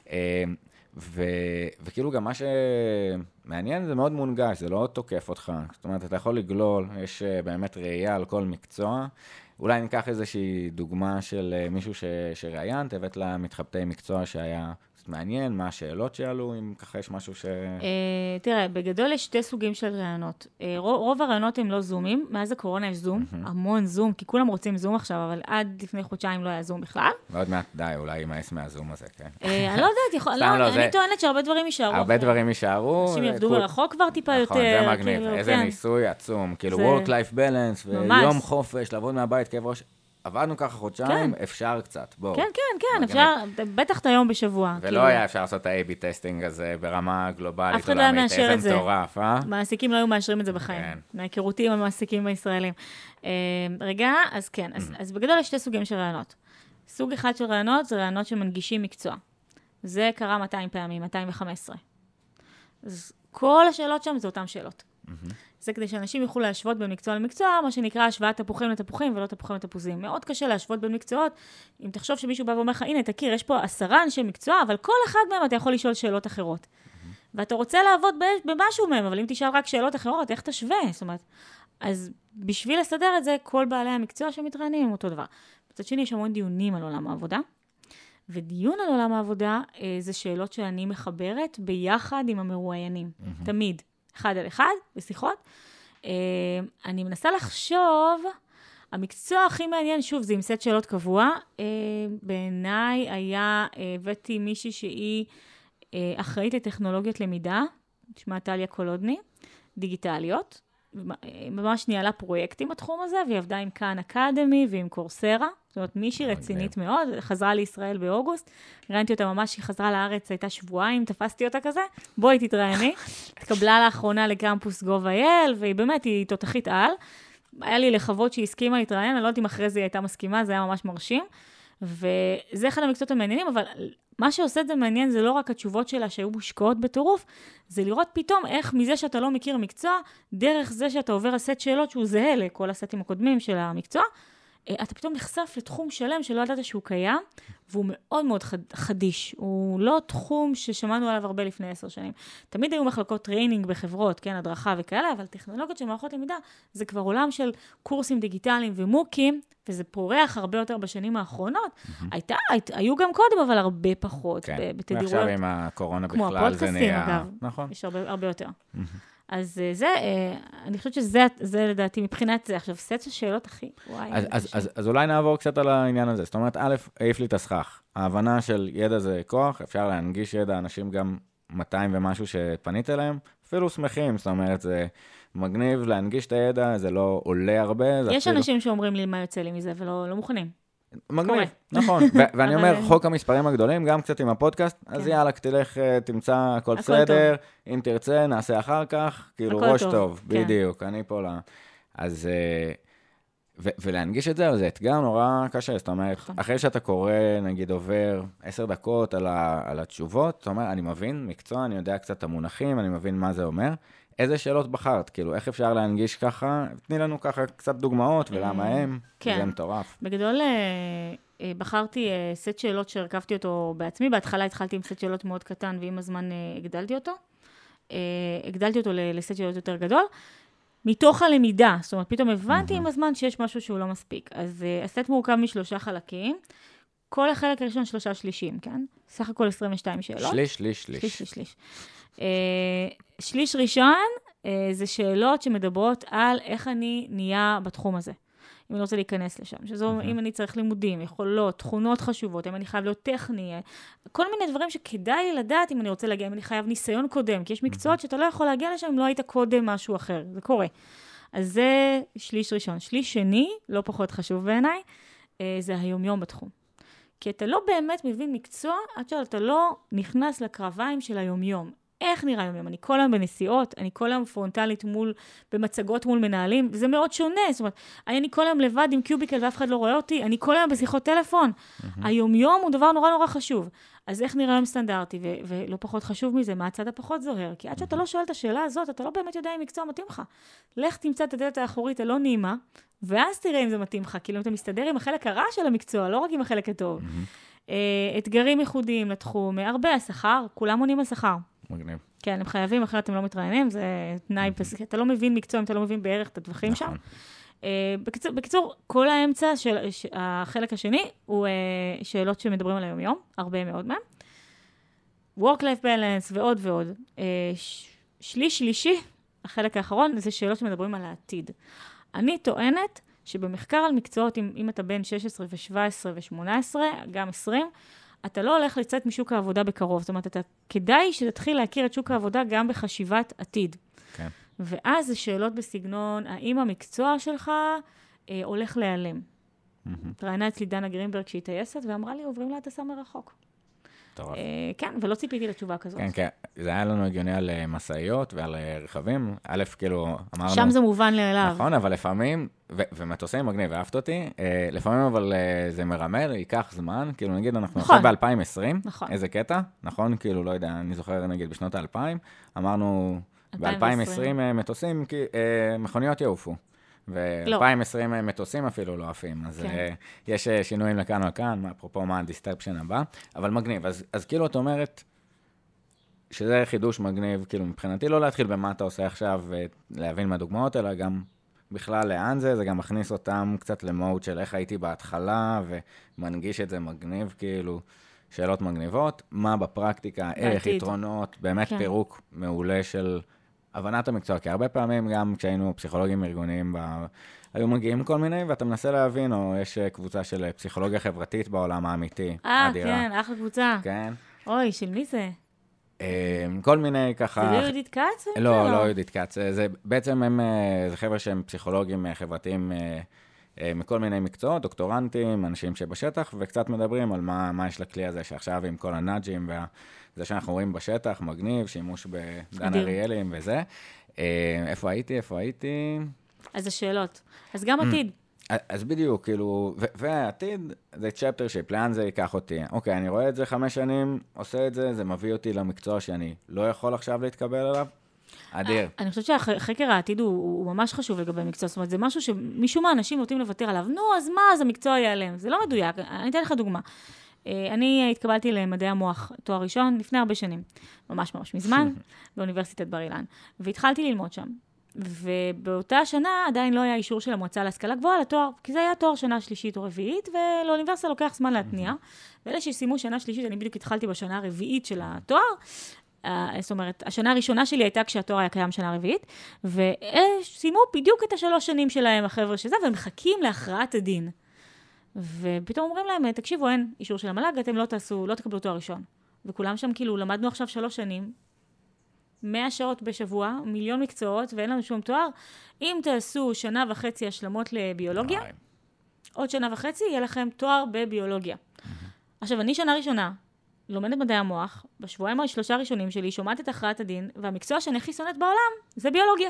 ו... וכאילו גם מה שמעניין זה מאוד מונגש, זה לא תוקף אותך. זאת אומרת, אתה יכול לגלול, יש באמת ראייה על כל מקצוע. אולי ניקח איזושהי דוגמה של מישהו ש... שראיינת, הבאת לה מתחבטי מקצוע שהיה מעניין, מה השאלות שעלו, אם ככה יש משהו ש... תראה, בגדול יש שתי סוגים של רעיונות. רוב הרעיונות הם לא זומים, מאז הקורונה יש זום, המון זום, כי כולם רוצים זום עכשיו, אבל עד לפני חודשיים לא היה זום בכלל. ועוד מעט, די, אולי יימאס מהזום הזה, כן. אני לא יודעת, אני טוענת שהרבה דברים יישארו. הרבה דברים יישארו. אנשים יעבדו מרחוק כבר טיפה יותר. נכון, זה מגניב, איזה ניסוי עצום, כאילו work-life balance, ויום חופש, לעבוד מהבית, כאב ראש. עבדנו ככה חודשיים, אפשר קצת, בואו. כן, כן, כן, אפשר, בטח את היום בשבוע. ולא היה אפשר לעשות את ה-איי בי טסטינג הזה ברמה גלובלית. אף אחד לא היה מאשר את זה. איזה מטורף, אה? מעסיקים לא היו מאשרים את זה בחיים. מהיכרותי עם המעסיקים הישראלים. רגע, אז כן, אז בגדול יש שתי סוגים של רעיונות. סוג אחד של רעיונות זה רעיונות שמנגישים מקצוע. זה קרה מאתיים פעמים, מאתיים וחמש עשרה. אז כל השאלות שם זה אותן שאלות. זה כדי שאנשים יוכלו להשוות בין מקצוע למקצוע, מה שנקרא השוואת תפוחים לתפוחים ולא תפוחים לתפוזים. מאוד קשה להשוות בין מקצועות. אם תחשוב שמישהו בא ואומר לך, הנה, תכיר, יש פה עשרה אנשי מקצוע, אבל כל אחד מהם אתה יכול לשאול שאלות אחרות. ואתה רוצה לעבוד במשהו מהם, אבל אם תשאל רק שאלות אחרות, איך תשווה? זאת אומרת, אז בשביל לסדר את זה, כל בעלי המקצוע שמתראיינים הם אותו דבר. בצד שני, יש המון דיונים על עולם העבודה, ודיון על עולם העבודה זה שאלות שאני מחברת ביחד עם המרואיינים. תמיד. אחד על אחד, בשיחות. אני מנסה לחשוב, המקצוע הכי מעניין, שוב, זה עם סט שאלות קבוע. בעיניי היה, הבאתי מישהי שהיא אחראית לטכנולוגיות למידה, שמה טליה קולודני, דיגיטליות. ממש ניהלה פרויקטים בתחום הזה, והיא עבדה עם כאן אקדמי ועם קורסרה. זאת אומרת, מישהי רצינית מאוד, חזרה לישראל באוגוסט, ראיינתי אותה ממש, היא חזרה לארץ, הייתה שבועיים, תפסתי אותה כזה, בואי תתראייני, התקבלה לאחרונה לקמפוס גוב.איי.אל, והיא באמת, היא תותחית על, היה לי לחוות שהיא הסכימה להתראיין, אני לא יודעת אם אחרי זה היא הייתה מסכימה, זה היה ממש מרשים, וזה אחד המקצועות המעניינים, אבל מה שעושה את זה מעניין, זה לא רק התשובות שלה שהיו מושקעות בטירוף, זה לראות פתאום איך מזה שאתה לא מכיר מקצוע, דרך זה שאתה עובר הסט שאלות שהוא זהה לכל הסטים הקודמים של המקצוע, אתה פתאום נחשף לתחום שלם שלא ידעת שהוא קיים, והוא מאוד מאוד חדיש. הוא לא תחום ששמענו עליו הרבה לפני עשר שנים. תמיד היו מחלקות טריינינג בחברות, כן, הדרכה וכאלה, אבל טכנולוגיות של מערכות למידה, זה כבר עולם של קורסים דיגיטליים ומוקים, וזה פורח הרבה יותר בשנים האחרונות. הייתה, היו גם קודם, אבל הרבה פחות, בתדירויות. ועכשיו עם הקורונה בכלל זה נהיה... כמו הפודקאסטים, אגב. נכון. יש הרבה יותר. אז זה, אני חושבת שזה זה לדעתי, מבחינת זה, עכשיו, סט של שאלות הכי, וואי. אז, אז, אז, אז אולי נעבור קצת על העניין הזה. זאת אומרת, א', העיף לי את הסכך. ההבנה של ידע זה כוח, אפשר להנגיש ידע, אנשים גם מאתיים ומשהו שפנית אליהם, אפילו שמחים, זאת אומרת, זה מגניב להנגיש את הידע, זה לא עולה הרבה. יש אפילו... אנשים שאומרים לי מה יוצא לי מזה, ולא לא מוכנים. מגניב, נכון. ואני אומר, חוק המספרים הגדולים, גם קצת עם הפודקאסט, אז יאללה, תלך, תמצא הכל בסדר, אם תרצה, נעשה אחר כך, כאילו ראש טוב, בדיוק, אני פה לה. אז, ולהנגיש את זה, זה אתגר נורא קשה, זאת אומרת, אחרי שאתה קורא, נגיד עובר עשר דקות על התשובות, זאת אומרת, אני מבין מקצוע, אני יודע קצת המונחים, אני מבין מה זה אומר, איזה שאלות בחרת? כאילו, איך אפשר להנגיש ככה? תני לנו ככה קצת דוגמאות ולמה הם, זה מטורף. בגדול, בחרתי סט שאלות שהרכבתי אותו בעצמי, בהתחלה התחלתי עם סט שאלות מאוד קטן, ועם הזמן הגדלתי אותו. הגדלתי אותו לסט שאלות יותר גדול, מתוך הלמידה, זאת אומרת, פתאום הבנתי עם הזמן שיש משהו שהוא לא מספיק. אז הסט מורכב משלושה חלקים, כל החלק הראשון שלושה שלישים, כן? סך הכל עשרים ושתיים שאלות. שליש, שליש, שליש. שליש, שליש. שליש ראשון, זה שאלות שמדברות על איך אני נהיה בתחום הזה. אם אני רוצה להיכנס לשם, שזו, אם אני צריך לימודים, יכולות, תכונות חשובות, אם אני חייב להיות טכני, כל מיני דברים שכדאי לי לדעת אם אני רוצה להגיע, אם אני חייב ניסיון קודם, כי יש מקצועות שאתה לא יכול להגיע לשם אם לא היית קודם משהו אחר, זה קורה. אז זה שליש ראשון. שליש שני, לא פחות חשוב בעיניי, זה היומיום בתחום. כי אתה לא באמת מבין מקצוע, עד שאתה לא נכנס לקרביים של היומיום. איך נראה יום יום? אני כל היום בנסיעות, אני כל היום פרונטלית מול, במצגות מול מנהלים, וזה מאוד שונה, זאת אומרת, אני כל היום לבד עם קיוביקל ואף אחד לא רואה אותי, אני כל היום בשיחות טלפון. Mm-hmm. היום יום הוא דבר נורא נורא חשוב. אז איך נראה יום סטנדרטי, ו- ולא פחות חשוב מזה, מה הצד הפחות זוהר? כי עד שאתה לא שואל את השאלה הזאת, אתה לא באמת יודע אם מקצוע מתאים לך. לך תמצא את הדלת האחורית הלא נעימה, ואז תראה אם זה מתאים לך, כאילו אתה מסתדר עם החלק הרע של המקצוע, לא רק עם החלק הטוב. Mm-hmm. אתגרים ייחודיים לתחום, הרבה השכר, כולם עונים על שכר. מגניב. כן, הם חייבים, אחרת אתם לא מתראיינים, זה תנאי פסק. אתה לא מבין מקצוע, אם אתה לא מבין בערך את הטווחים שם. בקיצור, בקיצור, כל האמצע של החלק השני הוא שאלות שמדברים על היום-יום, הרבה מאוד מהם. Work-life balance ועוד ועוד. שליש שלישי, החלק האחרון, זה שאלות שמדברים על העתיד. אני טוענת שבמחקר על מקצועות, אם, אם אתה בין שש עשרה ו-שבע עשרה ו-שמונה עשרה, גם עשרים, אתה לא הולך לצאת משוק העבודה בקרוב. זאת אומרת, אתה כדאי שתתחיל להכיר את שוק העבודה גם בחשיבת עתיד. כן. ואז זה שאלות בסגנון, האם המקצוע שלך אה, הולך להיעלם? Mm-hmm. ראיינה אצלי דנה גרינברג שהיא טייסת, ואמרה לי, עוברים להטסה מרחוק. אה, כן, ולא ציפיתי לתשובה כזאת. כן, כן. זה היה לנו הגיוני על מסעיות ועל רכבים. א', כאילו, אמרנו... שם זה מובן לאליו. נכון, אבל לפעמים, ו- ומטוסים מגניב, אהבת אותי, אה, לפעמים אבל אה, זה מרמל, ייקח זמן, כאילו נגיד, אנחנו נכון. עכשיו ב-אלפיים ועשרים, נכון. איזה קטע, נכון? כאילו, לא יודע, אני זוכר, נגיד, בשנות ה-אלפיים, אמרנו, ב-אלפיים ועשרים מטוסים, כי, אה, מכוניות יעופו. ו-אלפיים ועשרים לא. מטוסים אפילו לא עפים, אז כן. uh, יש uh, שינויים לכאן או לכאן, אפרופו מה הדיסטרפשן הבא, אבל מגניב, אז, אז כאילו את אומרת שזה חידוש מגניב, כאילו מבחינתי לא להתחיל במה אתה עושה עכשיו ולהבין מהדוגמאות, אלא גם בכלל לאן זה, זה גם מכניס אותם קצת למוד של איך הייתי בהתחלה, ומנגיש את זה מגניב, כאילו שאלות מגניבות, מה בפרקטיקה, איך יתרונות, באמת כן. פירוק מעולה של... הבנת המקצוע, כי הרבה פעמים גם כשהיינו פסיכולוגים ארגוניים, ב... היו מגיעים כל מיני, ואתה מנסה להבין, או יש קבוצה של פסיכולוגיה חברתית בעולם האמיתי. אה, כן, אחלה קבוצה. כן. אוי, של מי זה? כל מיני ככה... זה לא יהודית קץ? לא, לא יהודית קץ. זה בעצם הם, זה חבר'ה שהם פסיכולוגים חברתיים מכל מיני מקצועות, דוקטורנטים, אנשים שבשטח, וקצת מדברים על מה, מה יש לכלי הזה, שעכשיו עם כל הנאג'ים וה... זה שאנחנו רואים בשטח, מגניב, שימוש בדן אריאלים וזה. איפה הייתי, איפה הייתי? אז השאלות. אז גם עתיד. אז בדיוק, כאילו, והעתיד זה צ'פטר שיפ, לאן זה ייקח אותי? אוקיי, אני רואה את זה חמש שנים, עושה את זה, זה מביא אותי למקצוע שאני לא יכול עכשיו להתקבל עליו. אדיר. אני חושבת שהחקר העתיד הוא ממש חשוב לגבי מקצוע, זאת אומרת, זה משהו שמישהו מהאנשים נוטים לוותר עליו. נו, אז מה, אז המקצוע ייעלם. זה לא מדויק. אני אתן לך דוגמה. אני התקבלתי למדעי המוח, תואר ראשון, לפני הרבה שנים, ממש ממש מזמן, באוניברסיטת בר אילן, והתחלתי ללמוד שם. ובאותה שנה עדיין לא היה אישור של המועצה להשכלה גבוהה לתואר, כי זה היה תואר שנה שלישית או רביעית, ולאוניברסיטה לוקח זמן להתניע. ואלה שסיימו שנה שלישית, אני בדיוק התחלתי בשנה הרביעית של התואר, זאת אומרת, השנה הראשונה שלי הייתה כשהתואר היה קיים שנה רביעית, ואלה סיימו בדיוק את השלוש שנים שלהם, החבר'ה שזה, והם מחכים להכרעת הדין. ופתאום אומרים להם, תקשיבו, אין אישור של המל"ג, אתם לא תעשו, לא תקבלו תואר ראשון. וכולם שם כאילו, למדנו עכשיו שלוש שנים, מאה שעות בשבוע, מיליון מקצועות, ואין לנו שום תואר. אם תעשו שנה וחצי השלמות לביולוגיה, עוד שנה וחצי יהיה לכם תואר בביולוגיה. עכשיו, אני שנה ראשונה, לומדת מדעי המוח, בשבועיים השלושה הראשונים שלי, שומעת את הכרעת הדין, והמקצוע שאני הכי שונאת בעולם, זה ביולוגיה.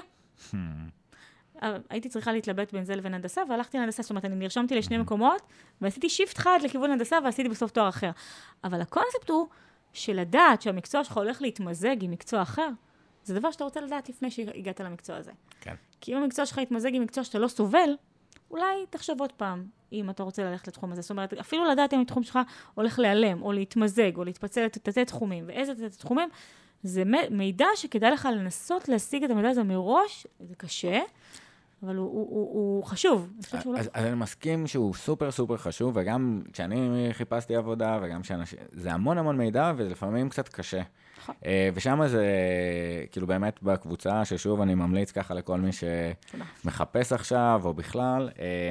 הייתי צריכה להתלבט בין זה לבין הנדסה, והלכתי להנדסה, זאת אומרת, אני נרשמתי לשני מקומות, ועשיתי שיפט חד לכיוון הנדסה, ועשיתי בסוף תואר אחר. אבל הקונספט הוא שלדעת שהמקצוע שלך הולך להתמזג עם מקצוע אחר, זה דבר שאתה רוצה לדעת לפני שהגעת למקצוע הזה. כן. כי אם המקצוע שלך יתמזג עם מקצוע שאתה לא סובל, אולי תחשוב עוד פעם, אם אתה רוצה ללכת לתחום הזה. זאת אומרת, אפילו לדעת אם התחום שלך הולך להיעלם, או להתמזג, או להתפצל לתתי תחומים, ואיזה תתי תחומים, זה מידע שכדאי לך לנסות להשיג את המידע הזה מראש, זה קשה, אבל הוא, הוא, הוא, הוא חשוב. אז, אז אני מסכים שהוא סופר סופר חשוב, וגם כשאני חיפשתי עבודה, וגם שאנשים, זה המון המון מידע, ולפעמים קצת קשה. נכון. ושם זה, כאילו באמת בקבוצה, ששוב אני ממליץ ככה לכל מי שמחפש עכשיו, או בכלל,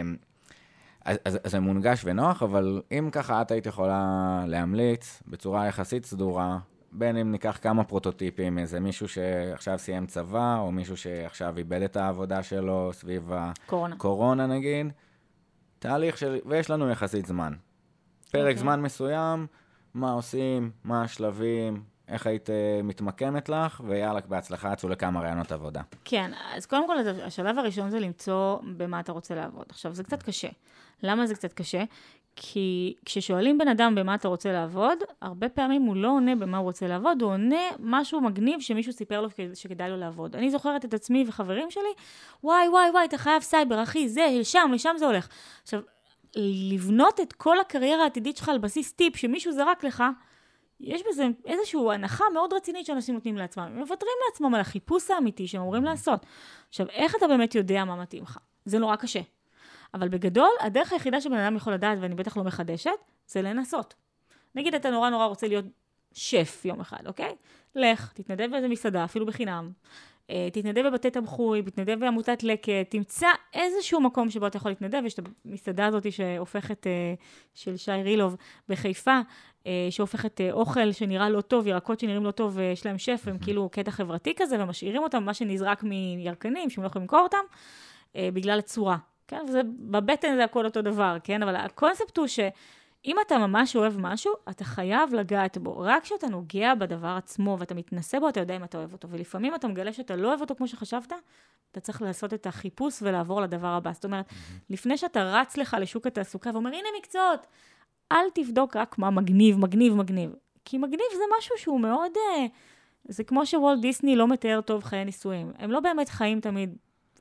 אז, אז, אז זה מונגש ונוח, אבל אם ככה את היית יכולה להמליץ בצורה יחסית סדורה, בין אם ניקח כמה פרוטוטיפים, איזה מישהו שעכשיו סיים צבא, או מישהו שעכשיו איבד את העבודה שלו סביב הקורונה נגיד, תהליך של, ויש לנו יחסית זמן. פרק okay. זמן מסוים, מה עושים, מה השלבים, איך היית מתמקמת לך, ויאללה, בהצלחה, יצאו לכמה רעיונות עבודה. כן, אז קודם כל, השלב הראשון זה למצוא במה אתה רוצה לעבוד. עכשיו, זה קצת קשה. למה זה קצת קשה? כי כששואלים בן אדם במה אתה רוצה לעבוד, הרבה פעמים הוא לא עונה במה הוא רוצה לעבוד, הוא עונה משהו מגניב שמישהו סיפר לו שכדאי לו לעבוד. אני זוכרת את עצמי וחברים שלי, וואי, וואי, וואי, אתה חייב סייבר, אחי, זה, לשם, לשם זה הולך. עכשיו, לבנות את כל הקריירה העתידית שלך על בסיס טיפ שמישהו זרק לך, יש בזה איזושהי הנחה מאוד רצינית שאנשים נותנים לעצמם. הם מוותרים לעצמם על החיפוש האמיתי שהם אמורים לעשות. עכשיו, איך אתה באמת יודע מה מתאים לך? זה נורא קשה. אבל בגדול, הדרך היחידה שבן אדם יכול לדעת, ואני בטח לא מחדשת, זה לנסות. נגיד, אתה נורא נורא רוצה להיות שף יום אחד, אוקיי? לך, תתנדב באיזה מסעדה, אפילו בחינם. תתנדב בבתי תמחוי, תתנדב בעמותת לקט, תמצא איזשהו מקום שבו אתה יכול להתנדב. יש את המסעדה הזאת שהופכת, של שי רילוב בחיפה, שהופכת אוכל שנראה לא טוב, ירקות שנראים לא טוב, יש להם שף, הם כאילו קטע חברתי כזה, ומשאירים אותם, מה שנזרק מירקנים, שהם לא יכולים למכור אותם, בגלל הצורה. כן? וזה, בבטן זה הכל אותו דבר, כן? אבל הקונספט הוא שאם אתה ממש אוהב משהו, אתה חייב לגעת בו. רק כשאתה נוגע בדבר עצמו, ואתה מתנסה בו, אתה יודע אם אתה אוהב אותו. ולפעמים אתה מגלה שאתה לא אוהב אותו כמו שחשבת, אתה צריך לעשות את החיפוש ולעבור לדבר הבא. זאת אומרת, לפני שאתה רץ לך לשוק התעסוקה, ואומר, הנה מקצועות, אל תבדוק רק מה מגניב, מגניב, מגניב. כי מגניב זה משהו שהוא מאוד, זה כמו שוולט דיסני לא מתאר טוב חיי נישואים. הם לא באמת חיים תמיד,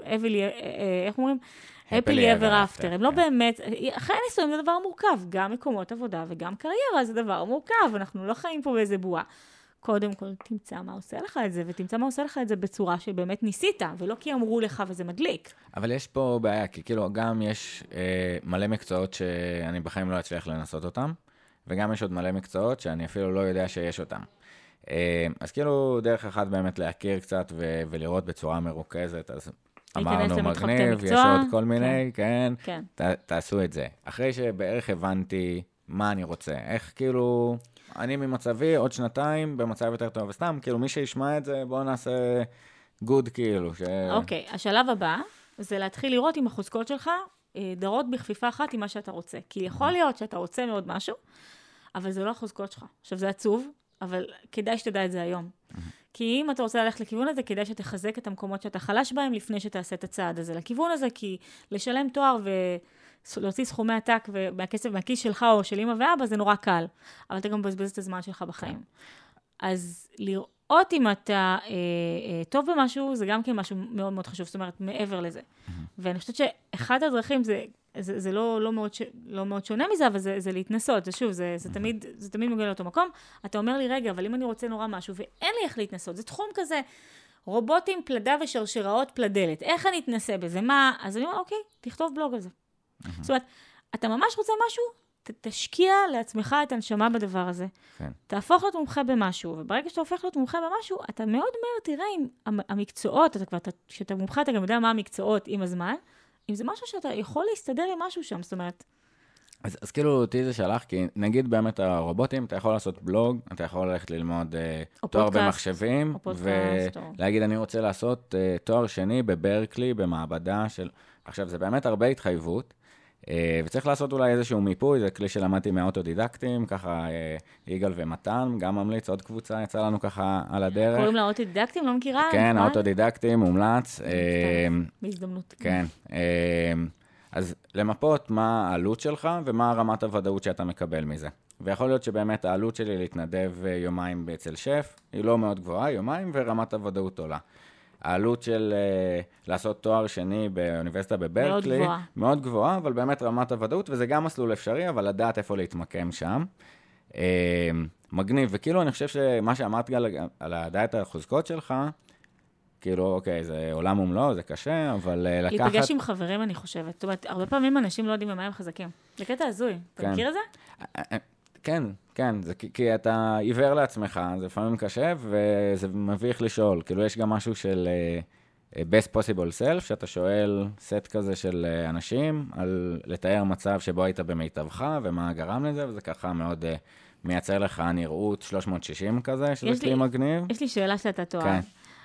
איך אומרים? happily ever after. הם לא באמת, חיי נישואים זה דבר מורכב, גם מקומות עבודה וגם קריירה זה דבר מורכב, אנחנו לא חיים פה באיזה בועה. קודם כל, תמצא מה עושה לך את זה, ותמצא מה עושה לך את זה בצורה שבאמת ניסית, ולא כי אמרו לך וזה מדליק. אבל יש פה בעיה, כי כאילו גם יש אה, מלא מקצועות שאני בחיים לא אצליח לנסות אותם, וגם יש עוד מלא מקצועות שאני אפילו לא יודע שיש אותם. אה, אז כאילו דרך אחת באמת להכיר קצת ו- ולראות בצורה מרוכזת, אז אמרנו מגניב, יש עוד כל מיני, כן, כן. ת, תעשו את זה. אחרי שבערך הבנתי מה אני רוצה, איך כאילו, אני ממצבי עוד שנתיים במצב יותר טוב, וסתם, כאילו מי שישמע את זה, בואו נעשה גוד כאילו. ש... אוקיי, השלב הבא, זה להתחיל לראות עם החוזקות שלך, דרות בכפיפה אחת עם מה שאתה רוצה. כי יכול להיות שאתה רוצה מאוד משהו, אבל זה לא החוזקות שלך. עכשיו זה עצוב, אבל כדאי שתדע את זה היום. כי אם אתה רוצה ללכת לכיוון הזה, כדאי שתחזק את המקומות שאתה חלש בהם, לפני שתעשה את הצעד הזה לכיוון הזה, כי לשלם תואר ולהוציא סכומי עתק מהכסף, מהכיס שלך או של אמא ואבא, זה נורא קל. אבל אתה גם מבזבז את הזמן שלך בחיים. אז לראות אם אתה אה, אה, טוב במשהו, זה גם כן משהו מאוד מאוד חשוב, זאת אומרת, מעבר לזה. ואני חושבת שאחד הדרכים זה, זה, זה לא, לא, מאוד ש, לא מאוד שונה מזה, אבל זה, זה להתנסות. זה שוב, זה, זה תמיד, זה תמיד מגיע לאותו מקום. אתה אומר לי, רגע, אבל אם אני רוצה נורא משהו, ואין לי איך להתנסות, זה תחום כזה, רובוטים, פלדה ושרשראות, פלדלת. איך אני אתנסה בזה? מה? אז אני אומר, אוקיי, תכתוב בלוג על זה. זאת אומרת, אתה ממש רוצה משהו, ת, תשקיע לעצמך את הנשמה בדבר הזה. כן. תהפוך להיות מומחה במשהו, וברגע שאתה הופך להיות מומחה במשהו, אתה מאוד מהר תראה אם המקצועות, אתה כבר, כשאתה מומחה, אתה גם יודע מה המקצועות עם הזמן, אם זה משהו שאתה יכול להסתדר עם משהו שם, זאת אומרת. אז, אז כאילו אותי זה שלח, כי נגיד באמת הרובוטים, אתה יכול לעשות בלוג, אתה יכול ללכת ללמוד uh, תואר פודקאסט, במחשבים, ולהגיד, אני רוצה לעשות uh, תואר שני בברקלי, במעבדה של... עכשיו, זה באמת הרבה התחייבות, uh, וצריך לעשות אולי איזשהו מיפוי, זה כלי שלמדתי מהאוטודידקטים, ככה uh, יגאל ומתן, גם ממליץ, עוד קבוצה יצא לנו ככה על הדרך. קוראים לה אוטודידקטים, לא מכירה? כן, האוטודידקטים, מומלץ. בהזדמנות. כן. אז למפות מה העלות שלך ומה רמת הוודאות שאתה מקבל מזה. ויכול להיות שבאמת העלות שלי להתנדב יומיים אצל שף, היא לא מאוד גבוהה, יומיים, ורמת הוודאות עולה. העלות של uh, לעשות תואר שני באוניברסיטה בברקלי, מאוד גבוהה. מאוד גבוהה, אבל באמת רמת הוודאות, וזה גם מסלול אפשרי, אבל לדעת איפה להתמקם שם. Uh, מגניב, וכאילו אני חושב שמה שאמרתי על, על לדעת החוזקות שלך, כאילו, אוקיי, זה עולם ומלואו, זה קשה, אבל לקחת... להיפגש עם חברים, אני חושבת. זאת אומרת, הרבה פעמים אנשים לא יודעים במה הם חזקים. זה קטע הזוי. אתה מכיר את זה? כן, כן, זה כי אתה עיוור לעצמך, זה לפעמים קשה, וזה מביך לשאול. כאילו, יש גם משהו של best possible self, שאתה שואל סט כזה של אנשים, על לתאר מצב שבו היית במיטבך, ומה גרם לזה, וזה ככה מאוד מייצר לך נראות שלוש מאות שישים כזה, שזה כלי מגניב. יש לי שאלה שאתה תואר. כן.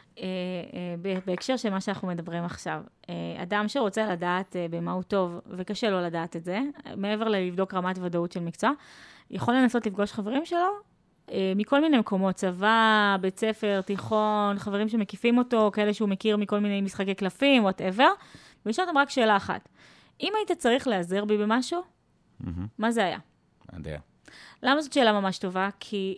בהקשר של מה שאנחנו מדברים עכשיו, אדם שרוצה לדעת במה הוא טוב, וקשה לו לדעת את זה, מעבר ללבדוק רמת ודאות של מקצוע, יכול לנסות לפגוש חברים שלו, מכל מיני מקומות, צבא, בית ספר, תיכון, חברים שמקיפים אותו, כאלה שהוא מכיר מכל מיני משחקי קלפים, whatever, ולשאול אותם רק שאלה אחת. אם היית צריך להיעזר בי במשהו, מה זה היה? יודע. למה זאת שאלה ממש טובה? כי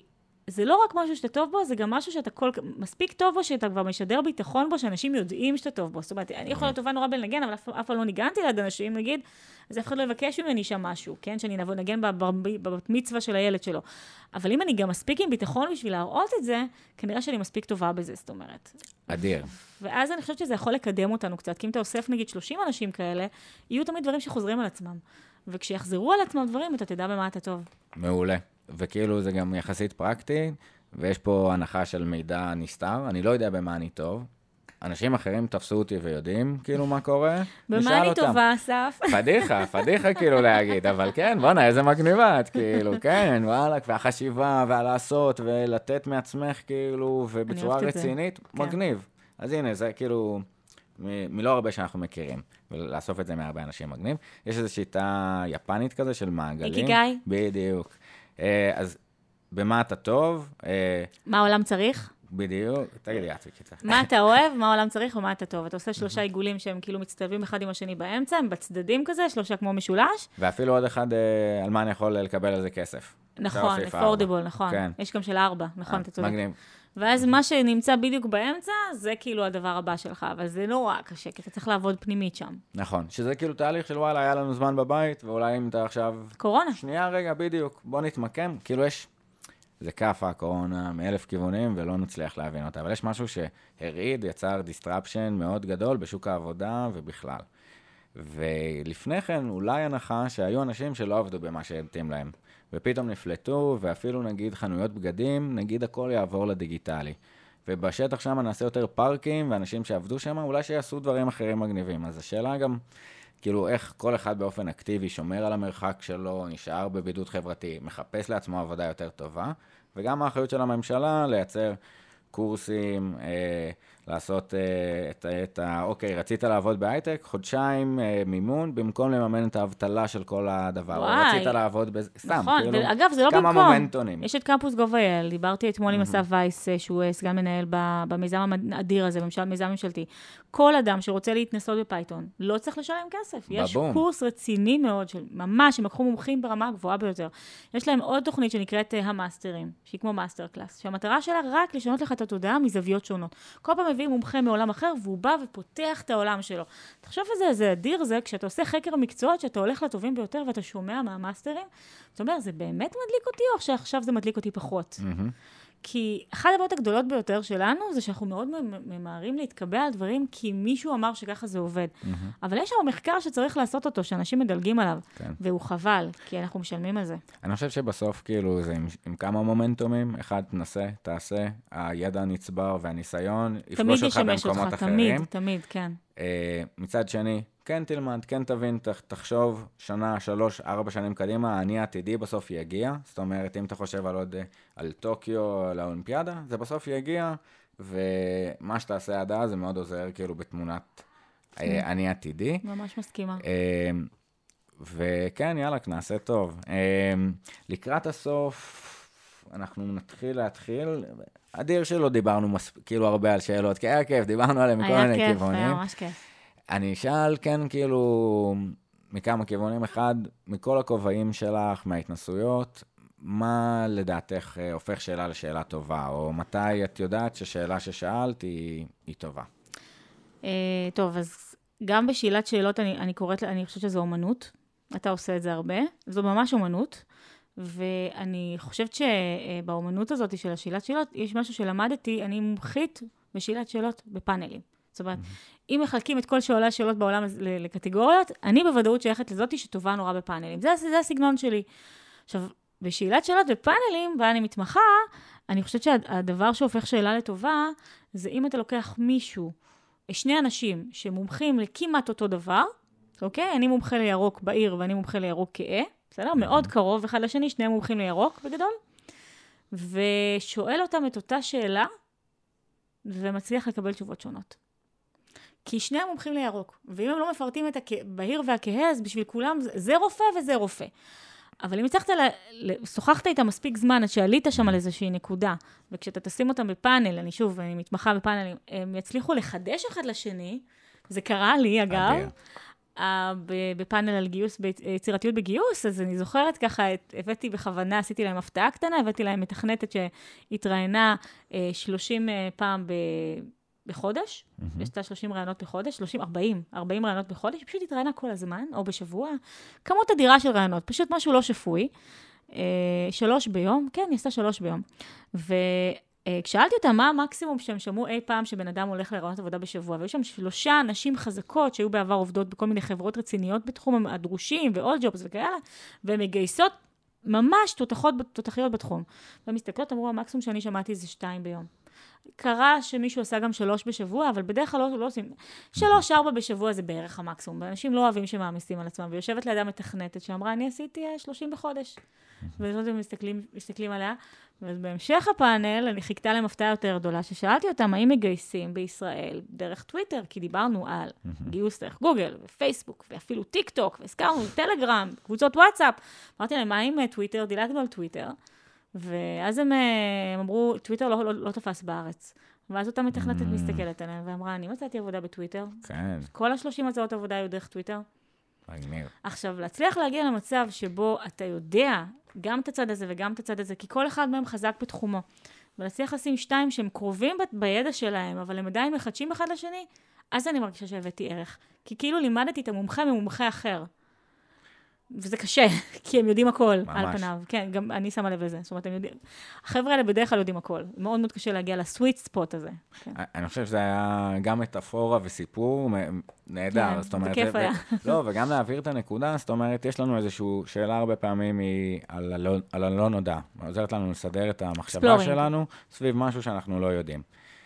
זה לא רק משהו שאתה טוב בו, זה גם משהו שאתה כל, מספיק טוב בו, שאתה כבר משדר ביטחון בו, שאנשים יודעים שאתה טוב בו. זאת אומרת, אני יכולה טובה נורא בלנגן, אבל אף, אף פעם לא ניגנתי ליד אנשים, נגיד, אז אף אחד לא יבקש ממני שם משהו, כן? שאני נבוא נגן בבת מצווה של הילד שלו. אבל אם אני גם מספיק עם ביטחון בשביל להראות את זה, כנראה שאני מספיק טובה בזה, זאת אומרת. אדיר. ואז אני חושבת שזה יכול לקדם אותנו קצת, כי אם אתה אוסף נגיד שלושים אנשים כאלה, יהיו תמיד דברים שחוזרים על עצמם. וכשיחזרו על עצמם דברים, אתה תדע במה אתה טוב. מעולה. וכאילו זה גם יחסית פרקטי, ויש פה הנחה של מידע נסתר, אני לא יודע במה אני טוב. אנשים אחרים תפסו אותי ויודעים כאילו מה קורה. במה אני טובה, אסף? פדיחה, פדיחה כאילו להגיד, אבל כן, בוא'נה, איזה מגניבת, כאילו, כן, וואלה, והחשיבה, והלעשות, ולתת מעצמך, כאילו, ובצורה רצינית, מגניב. אז הנה, זה כאילו, מ- מלא הרבה שאנחנו מכירים, ולאסוף את זה מהרבה אנשים מגניב. יש איזו שיטה יפנית כזה של מעגלים. איקיגאי. בדיוק. אז במה אתה טוב? מה העולם צריך? בדיוק. תגידי, את קיצה. מה אתה אוהב, מה העולם צריך ומה אתה טוב. אתה עושה שלושה עיגולים שהם כאילו מצטלבים אחד עם השני באמצע, הם בצדדים כזה, שלושה כמו משולש. ואפילו עוד אחד, על מה אני יכול לקבל על זה כסף. נכון, affordable, נכון. כן. יש גם של ארבע, נכון, אתה צודק. מגניב. ואז מה שנמצא בדיוק באמצע, זה כאילו הדבר הבא שלך, אבל זה לא רק קשה, כי אתה צריך לעבוד פנימית שם. נכון, שזה כאילו תהליך של וואלה, היה לנו זמן בבית, ואולי אם אתה עכשיו... קורונה. שנייה רגע, בדיוק, בוא נתמקם, כאילו יש... זה כפה, הקורונה, מאלף כיוונים, ולא נצליח להבין אותה, אבל יש משהו שהרעיד, יצר דיסטרפשן מאוד גדול בשוק העבודה ובכלל. ולפני כן, אולי הנחה שהיו אנשים שלא עבדו במה שהתאים להם, ופתאום נפלטו, ואפילו נגיד חנויות בגדים, נגיד הכל יעבור לדיגיטלי. ובשטח שם נעשה יותר פארקים, ואנשים שעבדו שם, אולי שיעשו דברים אחרים מגניבים. אז השאלה גם, כאילו, איך כל אחד באופן אקטיבי שומר על המרחק שלו, נשאר בבידוד חברתי, מחפש לעצמו עבודה יותר טובה, וגם האחריות של הממשלה לייצר קורסים, אה, לעשות אה, את, את ה... אוקיי, רצית לעבוד בהייטק, חודשיים אה, מימון, במקום לממן את האבטלה של כל הדבר. וואי. רצית לעבוד בזה, סתם, נכון, כאילו, ואגב, זה לא כמה במקום. מומנטונים. יש את קמפוס גוב.איי.אל, דיברתי אתמול עם אסף וייס, שהוא סגן מנהל במיזם האדיר הזה, מיזם ממשלתי. כל אדם שרוצה להתנסות בפייתון, לא צריך לשלם כסף. יש בבום. קורס רציני מאוד, של ממש, הם לקחו מומחים ברמה הגבוהה ביותר. יש להם עוד תוכנית שנקראת המאסטרים, שהיא כמו מאסטר קלאס, שהמטרה שלה רק לשנות לך את התודעה מזוויות שונות. כל פעם מביא מומחה מעולם אחר, והוא בא ופותח את העולם שלו. תחשוב על זה, זה אדיר זה, כשאתה עושה חקר המקצועות, שאתה הולך לטובים ביותר, ואתה שומע מהמאסטרים, אתה אומר, זה באמת מדליק אותי, או שעכשיו זה מדליק אותי פחות? מהמם. כי אחת הבעיות הגדולות ביותר שלנו, זה שאנחנו מאוד ממהרים להתקבע על דברים, כי מישהו אמר שככה זה עובד. אבל יש שם מחקר שצריך לעשות אותו, שאנשים מדלגים עליו, כן. והוא חבל, כי אנחנו משלמים על זה. אני חושב שבסוף, כאילו, זה עם, עם כמה מומנטומים, אחד, תנסה, תעשה, הידע נצבר והניסיון, יפגוש אותך במקומות אותך, אחרים. תמיד, תמיד, כן. Uh, מצד שני, כן תלמד, כן תבין, ת, תחשוב שנה, שלוש, ארבע שנים קדימה, אני העתידי בסוף יגיע. זאת אומרת, אם אתה חושב על עוד, על טוקיו, על האולימפיאדה, זה בסוף יגיע, ומה שתעשה עד אז, זה מאוד עוזר, כאילו, בתמונת uh, אני העתידי. ממש מסכימה. Uh, וכן, יאללה, נעשה טוב. Uh, לקראת הסוף, אנחנו נתחיל להתחיל, אדיר שלא דיברנו מספ... כאילו הרבה על שאלות, כי היה כיף, דיברנו עליהם מכל מיני היה כיוונים. כיף, היה ממש כיף. אני אשאל, כן, כאילו, מכמה כיוונים, אחד, מכל הכובעים שלך, מההתנסויות, מה לדעתך הופך שאלה לשאלה טובה, או מתי את יודעת ששאלה ששאלת היא, היא טובה? Uh, טוב, אז גם בשאלת שאלות, אני, אני קוראת, אני חושבת שזו אומנות, אתה עושה את זה הרבה, זו ממש אומנות, ואני חושבת שבאומנות הזאת של השאלת שאלות, יש משהו שלמדתי, אני מומחית בשאלת שאלות בפאנלים. זאת אומרת, אם מחלקים את כל שאולי השאלות בעולם לקטגוריות, אני בוודאות שייכת לזאתי שטובה נורא בפאנלים. זה, זה הסגנון שלי. עכשיו, בשאלת שאלות בפאנלים, ואני מתמחה, אני חושבת שהדבר שהופך שאלה לטובה, זה אם אתה לוקח מישהו, שני אנשים שמומחים לכמעט אותו דבר, אוקיי? אני מומחה לירוק בעיר, ואני מומחה לירוק כאה, בסדר? מאוד קרוב אחד לשני, שניהם מומחים לירוק בגדול, ושואל אותם את אותה שאלה, ומצליח לקבל תשובות שונות. כי שניהם מומחים לירוק, ואם הם לא מפרטים את הבהיר והכהה, אז בשביל כולם זה רופא וזה רופא. אבל אם הצלחת, שוחחת איתם מספיק זמן, עד שעלית שם על איזושהי נקודה, וכשאתה תשים אותם בפאנל, אני שוב, אני מתמחה בפאנלים, הם יצליחו לחדש אחד לשני, זה קרה לי אגב, בפאנל על גיוס, ביצירתיות בגיוס, אז אני זוכרת ככה, הבאתי בכוונה, עשיתי להם הפתעה קטנה, הבאתי להם מתכנתת שהתראיינה שלושים פעם בחודש, יש לה שלושים רעיונות בחודש, שלושים, ארבעים, ארבעים רעיונות בחודש, פשוט התראיינה כל הזמן, או בשבוע, כמות אדירה של רעיונות, פשוט משהו לא שפוי, שלוש ביום, כן, היא עשתה שלוש ביום, ו... כשאלתי אותה מה המקסימום שהם שמעו אי פעם שבן אדם הולך לרעיונות עבודה בשבוע, והיו שם שלושה נשים חזקות שהיו בעבר עובדות בכל מיני חברות רציניות בתחום הדרושים ואול ג'ובס וכאלה, והן מגייסות ממש תותחות, תותחיות בתחום. ומסתכלות אמרו, המקסימום שאני שמעתי זה שתיים ביום. קרה שמישהו עשה גם שלוש בשבוע, אבל בדרך כלל לא, לא עושים. שלוש, ארבע בשבוע זה בערך המקסימום. ואנשים לא אוהבים שמאמיסים על עצמם. ויושבת לידם מתכנתת שאמרה, אני עשיתי שלושים בחודש. וזאת הם מסתכלים, מסתכלים עליה. ובהמשך הפאנל, אני חיכתה להם הפתעה יותר גדולה, ששאלתי אותם, האם מגייסים בישראל דרך טוויטר, כי דיברנו על גיוס דרך גוגל, ופייסבוק, ואפילו טיק טוק, והזכרנו טלגרם, קבוצות וואטסאפ. אמרתי להם, מה עם טוויטר? דילגנו על טוויטר. ואז הם, הם אמרו, טוויטר לא, לא, לא תפס בארץ. ואז אותה מתכנתת מסתכלת עליהם, ואמרה, אני מצאתי עבודה בטוויטר. כן. כל השלושים הצעות עבודה היו דרך טוויטר. מגניב. עכשיו, להצליח להגיע למצב שבו אתה יודע גם את הצד הזה וגם את הצד הזה, כי כל אחד מהם חזק בתחומו. ולהצליח לשים שתיים שהם קרובים ב- בידע שלהם, אבל הם עדיין מחדשים אחד לשני, אז אני מרגישה שהבאתי ערך. כי כאילו לימדתי את המומחה ממומחה אחר. וזה קשה, כי הם יודעים הכל, ממש. על פניו. כן, גם אני שמה לב לזה. זאת אומרת, הם יודעים... החבר'ה האלה בדרך כלל יודעים הכל. מאוד מאוד קשה להגיע לסוויט ספוט הזה. כן. אני חושב שזה היה גם מטאפורה וסיפור נהדר. כן, זאת אומרת, זה כיף היה. לא, וגם להעביר את הנקודה, זאת אומרת, יש לנו איזושהי שאלה הרבה פעמים היא על הלא, על הלא נודע. עוזרת לנו לסדר את המחשבה Exploring. שלנו סביב משהו שאנחנו לא יודעים.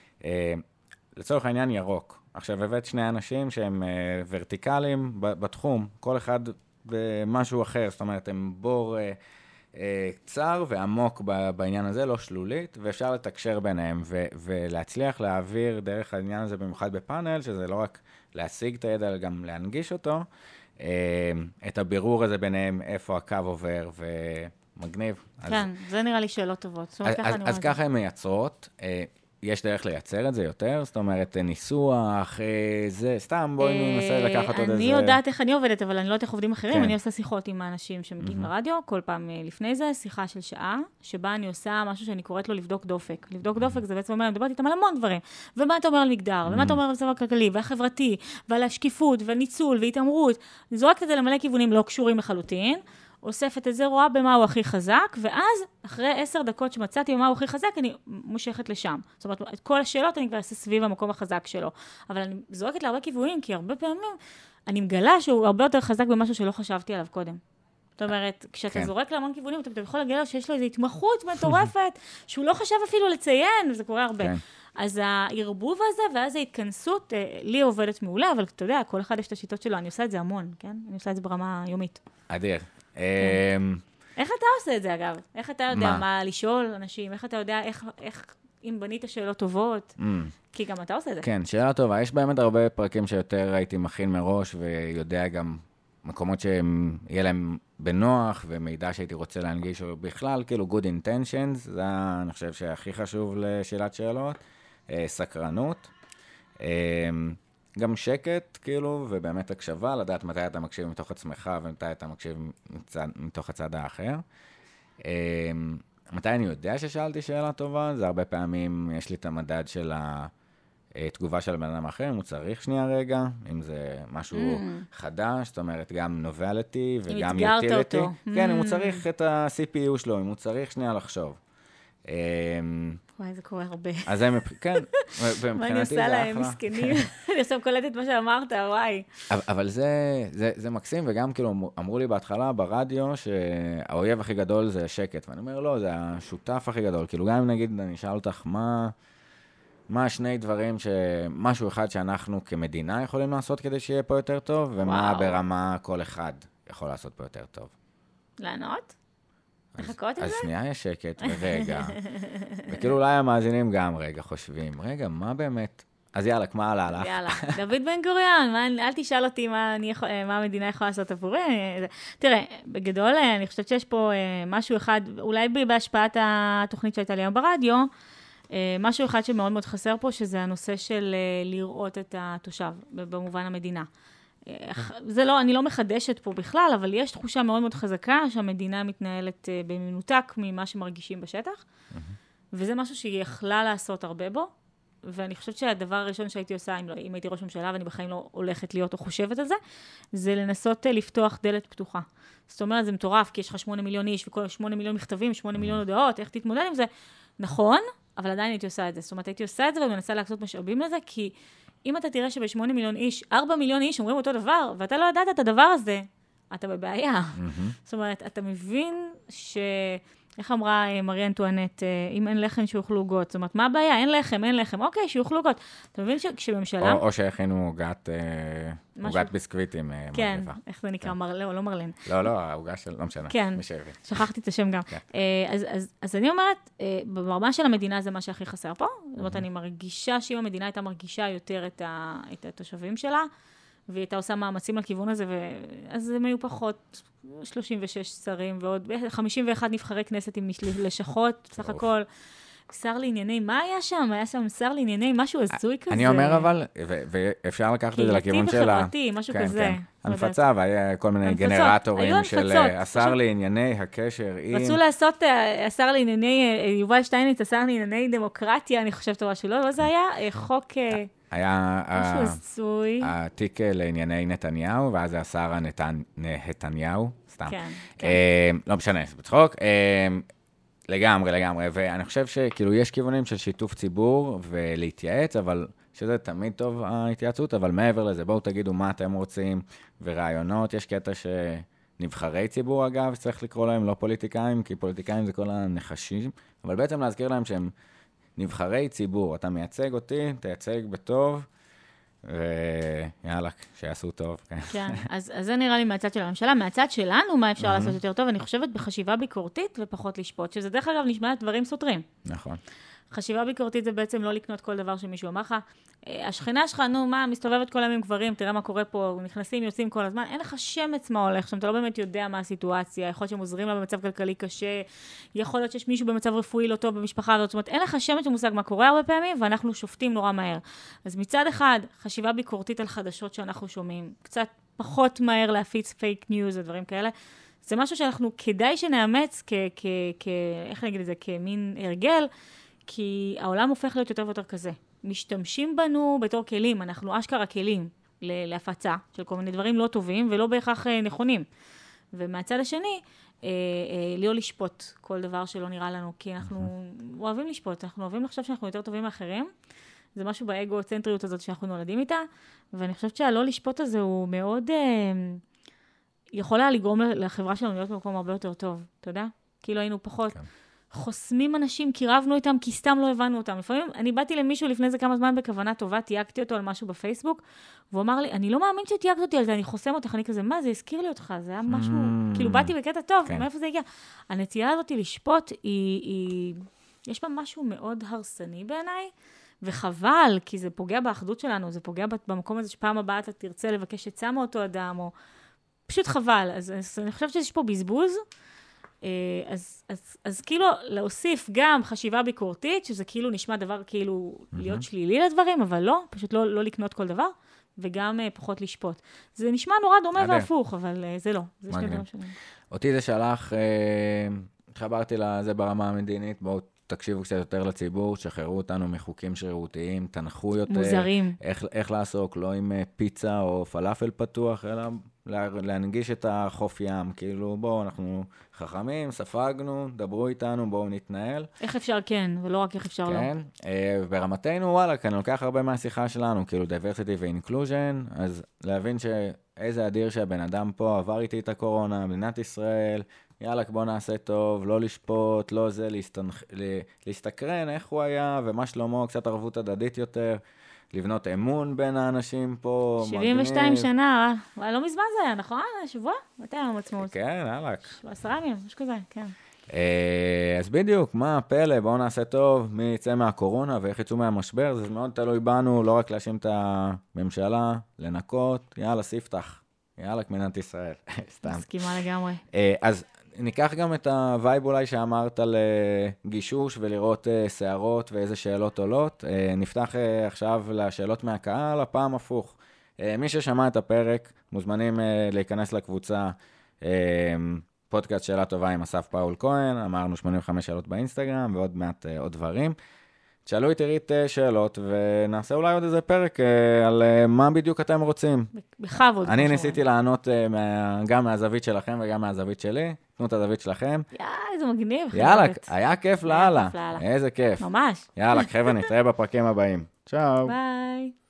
לצורך העניין ירוק. עכשיו, הבאת שני אנשים שהם ורטיקליים בתחום, כל אחד במשהו אחר, זאת אומרת, הם בור אה, אה, קצר ועמוק בעניין הזה, לא שלולית, ואפשר לתקשר ביניהם, ו- ולהצליח להעביר דרך העניין הזה, במיוחד בפאנל, שזה לא רק להשיג את הידע, אלא גם להנגיש אותו, אה, את הבירור הזה ביניהם, איפה הקו עובר, ומגניב. כן, אז, זה נראה לי שאלות טובות. אז, אז, ככה, אז ככה הן מייצרות, אה, יש דרך לייצר את זה יותר, זאת אומרת, ניסוח, זה, סתם, בואי ננסה לקחת עוד איזה... אני יודעת איך אני עובדת, אבל אני לא יודעת איך עובדים אחרים, אני עושה שיחות עם האנשים שמגיעים לרדיו, כל פעם לפני זה, שיחה של שעה, שבה אני עושה משהו שאני קוראת לו לבדוק דופק. לבדוק דופק זה בעצם אומר, אני מדברת איתם על המון דברים, ומה אתה אומר על מגדר, ומה אתה אומר על מצב הכלכלי, והחברתי, ועל השקיפות, ועל ניצול, והתאמרות. אני זורקת את זה למלא כיוונים לא קשורים לחלוטין, אוספת את זה, רואה במה הוא הכי חזק, ואז, אחרי עשר דקות שמצאתי במה הוא הכי חזק, אני מושכת לשם. זאת אומרת, את כל השאלות אני כבר אעשה סביב המקום החזק שלו. אבל אני זורקת להרבה כיוונים, כי הרבה פעמים אני מגלה שהוא הרבה יותר חזק במשהו שלא חשבתי עליו קודם. זאת אומרת, כשאתה כן. זורק להמון כיוונים, אתה יכול להגיע לו שיש לו איזו התמחות מטורפת, שהוא לא חשב אפילו לציין, וזה קורה הרבה. כן. אז הערבוב הזה, ואז ההתכנסות, לי עובדת מעולה, אבל אתה יודע, כל אחד יש את השיטות שלו, אני עושה את זה המון, כן? אני עושה את זה ברמה יומית. אדיר. איך אתה עושה את זה, אגב? איך אתה יודע מה לשאול אנשים? איך אתה יודע איך, אם בנית שאלות טובות? כי גם אתה עושה את זה. כן, שאלה טובה. יש באמת הרבה פרקים שיותר הייתי מכין מראש, ויודע גם מקומות שיהיה להם בנוח, ומידע שהייתי רוצה להנגיש, או בכלל, כאילו, good intentions, זה אני חושב שהכי חשוב לשאלת שאלות. סקרנות. גם שקט, כאילו, ובאמת הקשבה, לדעת מתי אתה מקשיב מתוך עצמך, ומתי אתה מקשיב מצד, מתוך הצד האחר. מתי אני יודע ששאלתי שאלה טובה? זה הרבה פעמים, יש לי את המדד של התגובה של הבן אדם האחר, אם הוא צריך שנייה רגע, אם זה משהו mm. חדש, זאת אומרת, גם נובליטי וגם יוטיליטי. כן, mm. אם הוא צריך את ה-סי פי יו שלו, אם הוא צריך שנייה לחשוב. וואי, זה קורה הרבה. אז זה, כן, ומבחינתי זה אחלה. מה אני עושה להם, מסכנים? אני עכשיו קולטת מה שאמרת, וואי. אבל זה מקסים, וגם כאילו אמרו לי בהתחלה ברדיו שהאויב הכי גדול זה שקט, ואני אומר, לא, זה השותף הכי גדול. כאילו גם אם נגיד, אני אשאל אותך, מה השני דברים, משהו אחד שאנחנו כמדינה יכולים לעשות כדי שיהיה פה יותר טוב, ומה ברמה כל אחד יכול לעשות פה יותר טוב. לענות? לחכות את זה? אז שנייה יש שקט, ורגע. וכאילו אולי המאזינים גם רגע חושבים, רגע, מה באמת? אז יאללה, מה עלה לך? יאללה, דוד בן גוריון, אל תשאל אותי מה המדינה יכולה לעשות עבורי. תראה, בגדול, אני חושבת שיש פה משהו אחד, אולי בהשפעת התוכנית שהייתה לי היום ברדיו, משהו אחד שמאוד מאוד חסר פה, שזה הנושא של לראות את התושב, במובן המדינה. זה לא, אני לא מחדשת פה בכלל, אבל יש תחושה מאוד מאוד חזקה שהמדינה מתנהלת במנותק ממה שמרגישים בשטח, וזה משהו שהיא יכלה לעשות הרבה בו, ואני חושבת שהדבר הראשון שהייתי עושה, אם, לא, אם הייתי ראש ממשלה, ואני בחיים לא הולכת להיות או חושבת על זה, זה לנסות לפתוח דלת פתוחה. זאת אומרת, זה מטורף, כי יש לך שמונה מיליון איש, וכל שמונה מיליון מכתבים, שמונה מיליון הודעות, איך תתמודד עם זה? נכון, אבל עדיין הייתי עושה את זה. זאת אומרת, הייתי עושה את זה ומנסה להקצות משאבים לזה, כי אם אתה תראה שבשמונה מיליון איש, ארבע מיליון איש אומרים אותו דבר, ואתה לא ידעת את הדבר הזה, אתה בבעיה. זאת אומרת, אתה מבין ש... איך אמרה מריה אנטואנט, אם אין לחם שיאכלו עוגות, זאת אומרת, מה הבעיה? אין לחם, אין לחם, אוקיי, שיאכלו עוגות. אתה מבין שכשממשלה... או שהכינו עוגת ביסקוויטים מגניבה. כן, איך זה נקרא? מרלה, לא מרלן. לא, לא, העוגה של... לא משנה. כן, שכחתי את השם גם. אז אני אומרת, ברמה של המדינה זה מה שהכי חסר פה. זאת אומרת, אני מרגישה שאם המדינה הייתה מרגישה יותר את התושבים שלה, והיא הייתה עושה מאמצים לכיוון הזה, אז הם היו פחות שלושים ושש שרים, ועוד חמישים ואחת נבחרי כנסת עם לשכות, בסך הכל. שר לענייני, מה היה שם? היה שם שר לענייני, משהו הזוי כזה. אני אומר אבל, ואפשר לקחת את זה לכיוון של... קהילתי וחברתי, משהו כזה. הנפצה, והיה כל מיני גנרטורים של השר לענייני הקשר עם... רצו לעשות, השר לענייני, יובל שטייניץ, השר לענייני דמוקרטיה, אני חושבת משהו, לא, זה היה חוק... היה משהו התיק לענייני נתניהו, ואז זה השר נתניהו, סתם. כן. לא משנה, זה בצחוק. לגמרי, לגמרי. ואני חושב שכאילו יש כיוונים של שיתוף ציבור ולהתייעץ, אבל שזה תמיד טוב ההתייעצות, אבל מעבר לזה, בואו תגידו מה אתם רוצים ורעיונות. יש קטע שנבחרי ציבור, אגב, צריך לקרוא להם לא פוליטיקאים, כי פוליטיקאים זה כל הנחשים, אבל בעצם להזכיר להם שהם נבחרי ציבור, אתה מייצג אותי, תייצג בטוב, ויאללה, שיעשו טוב. כן, אז, אז זה נראה לי מהצד של הממשלה. מהצד שלנו, מה אפשר לעשות יותר טוב? אני חושבת בחשיבה ביקורתית ופחות לשפוט, שזה דרך אגב נשמע דברים סותרים. נכון. חשיבה ביקורתית זה בעצם לא לקנות כל דבר שמישהו אמר לך. השכנה שלך, נו, מה, מסתובבת כל הימים גברים, תראה מה קורה פה, נכנסים, יוצאים כל הזמן, אין לך שמץ מה הולך שם, אתה לא באמת יודע מה הסיטואציה, יכול להיות שהם עוזרים לה במצב כלכלי קשה, יכול להיות שיש מישהו במצב רפואי לא טוב במשפחה הזאת, זאת אומרת, אין לך שמץ שמושג מה קורה הרבה פעמים, ואנחנו שופטים נורא מהר. אז מצד אחד, חשיבה ביקורתית על חדשות שאנחנו שומעים, קצת פחות מהר להפיץ פייק ניוז ודברים כאלה, זה משהו שאנחנו כדאי שנאמץ כ, כ, כ, איך נגיד את זה, כמין הרגל, כי העולם הופך להיות יותר ויותר כזה. משתמשים בנו בתור כלים, אנחנו אשכרה כלים להפצה של כל מיני דברים לא טובים ולא בהכרח נכונים. ומהצד השני, אה, אה, לא לשפוט כל דבר שלא נראה לנו, כי אנחנו אוהבים לשפוט, אנחנו אוהבים לחשוב שאנחנו יותר טובים מאחרים. זה משהו באגו-צנטריות הזאת שאנחנו נולדים איתה, ואני חושבת שהלא לשפוט הזה הוא מאוד, אה, יכול היה לגרום לחברה שלנו להיות במקום הרבה יותר טוב, אתה יודע? כאילו היינו פחות... כן. חוסמים אנשים, קירבנו איתם, כי סתם לא הבנו אותם. לפעמים, אני באתי למישהו לפני זה כמה זמן בכוונה טובה, תייגתי אותו על משהו בפייסבוק, והוא אמר לי, אני לא מאמין שתייגת אותי על זה, אני חוסם אותך, אני כזה, מה, זה הזכיר לי אותך, זה היה משהו, כאילו באתי בקטע טוב, כן. מאיפה זה הגיע? הנטייה הזאת לשפוט, היא, היא, יש בה משהו מאוד הרסני בעיניי, וחבל, כי זה פוגע באחדות שלנו, זה פוגע במקום הזה שפעם הבאה אתה תרצה לבקש עצה מאותו אדם, או פשוט חבל. אז, אז אני חושבת שיש פה בזבוז, אז, אז, אז כאילו להוסיף גם חשיבה ביקורתית, שזה כאילו נשמע דבר כאילו להיות שלילי לדברים, אבל לא, פשוט לא, לא לקנות כל דבר, וגם פחות לשפוט. זה נשמע נורא דומה והפוך, אבל זה לא. זה שני דברים שונים. אותי זה שלח, התחברתי לזה ברמה המדינית, בואו תקשיבו קצת יותר לציבור, שחררו אותנו מחוקים שרירותיים, תנחו יותר. מוזרים. איך, איך לעסוק, לא עם פיצה או פלאפל פתוח, אלא להנגיש את החוף ים. כאילו, בואו, אנחנו חכמים, ספגנו, דברו איתנו, בואו נתנהל. איך אפשר כן, ולא רק איך אפשר כן. לא. כן, ברמתנו, וואלה, אני לוקח הרבה מהשיחה שלנו, כאילו, diversity ו-inclusion, אז להבין שאיזה אדיר שהבן אדם פה עבר איתי את הקורונה, מדינת ישראל, יאללה, בוא נעשה טוב, לא לשפוט, לא זה, להסתנח... להסתקרן איך הוא היה, ומה שלמה, קצת ערבות הדדית יותר, לבנות אמון בין האנשים פה, שבעים ושתיים שנה, אה? לא מזמן זה היה, נכון? שבוע? מתי היום עצמאות? כן, יאללה. עשרה ימים, משהו כזה, כן. אז בדיוק, מה הפלא, בואו נעשה טוב, מי יצא מהקורונה ואיך יצאו מהמשבר, זה מאוד תלוי בנו, לא רק להאשים את הממשלה, לנקות, יאללה, ספתח, יאללה, כמדינת ישראל, סתם. מסכימה לגמרי. אז ניקח גם את הווייב אולי שאמרת על גישוש ולראות שערות ואיזה שאלות עולות. נפתח עכשיו לשאלות מהקהל, הפעם הפוך. מי ששמע את הפרק, מוזמנים להיכנס לקבוצה פודקאסט שאלה טובה עם אסף פאול כהן, אמרנו שמונים וחמש שאלות באינסטגרם, ועוד מעט עוד דברים. תשאלו איתי רית שאלות, ונעשה אולי עוד איזה פרק על מה בדיוק אתם רוצים. בכבוד. אני ניסיתי לענות גם מהזווית שלכם וגם מהזווית שלי. תנו את הזווית שלכם. יאללה, איזה מגניב. יאללה, היה כיף לאללה. איזה כיף. ממש. יאללה, חבר'ה, נתראה בפרקים הבאים. צ'או. ביי.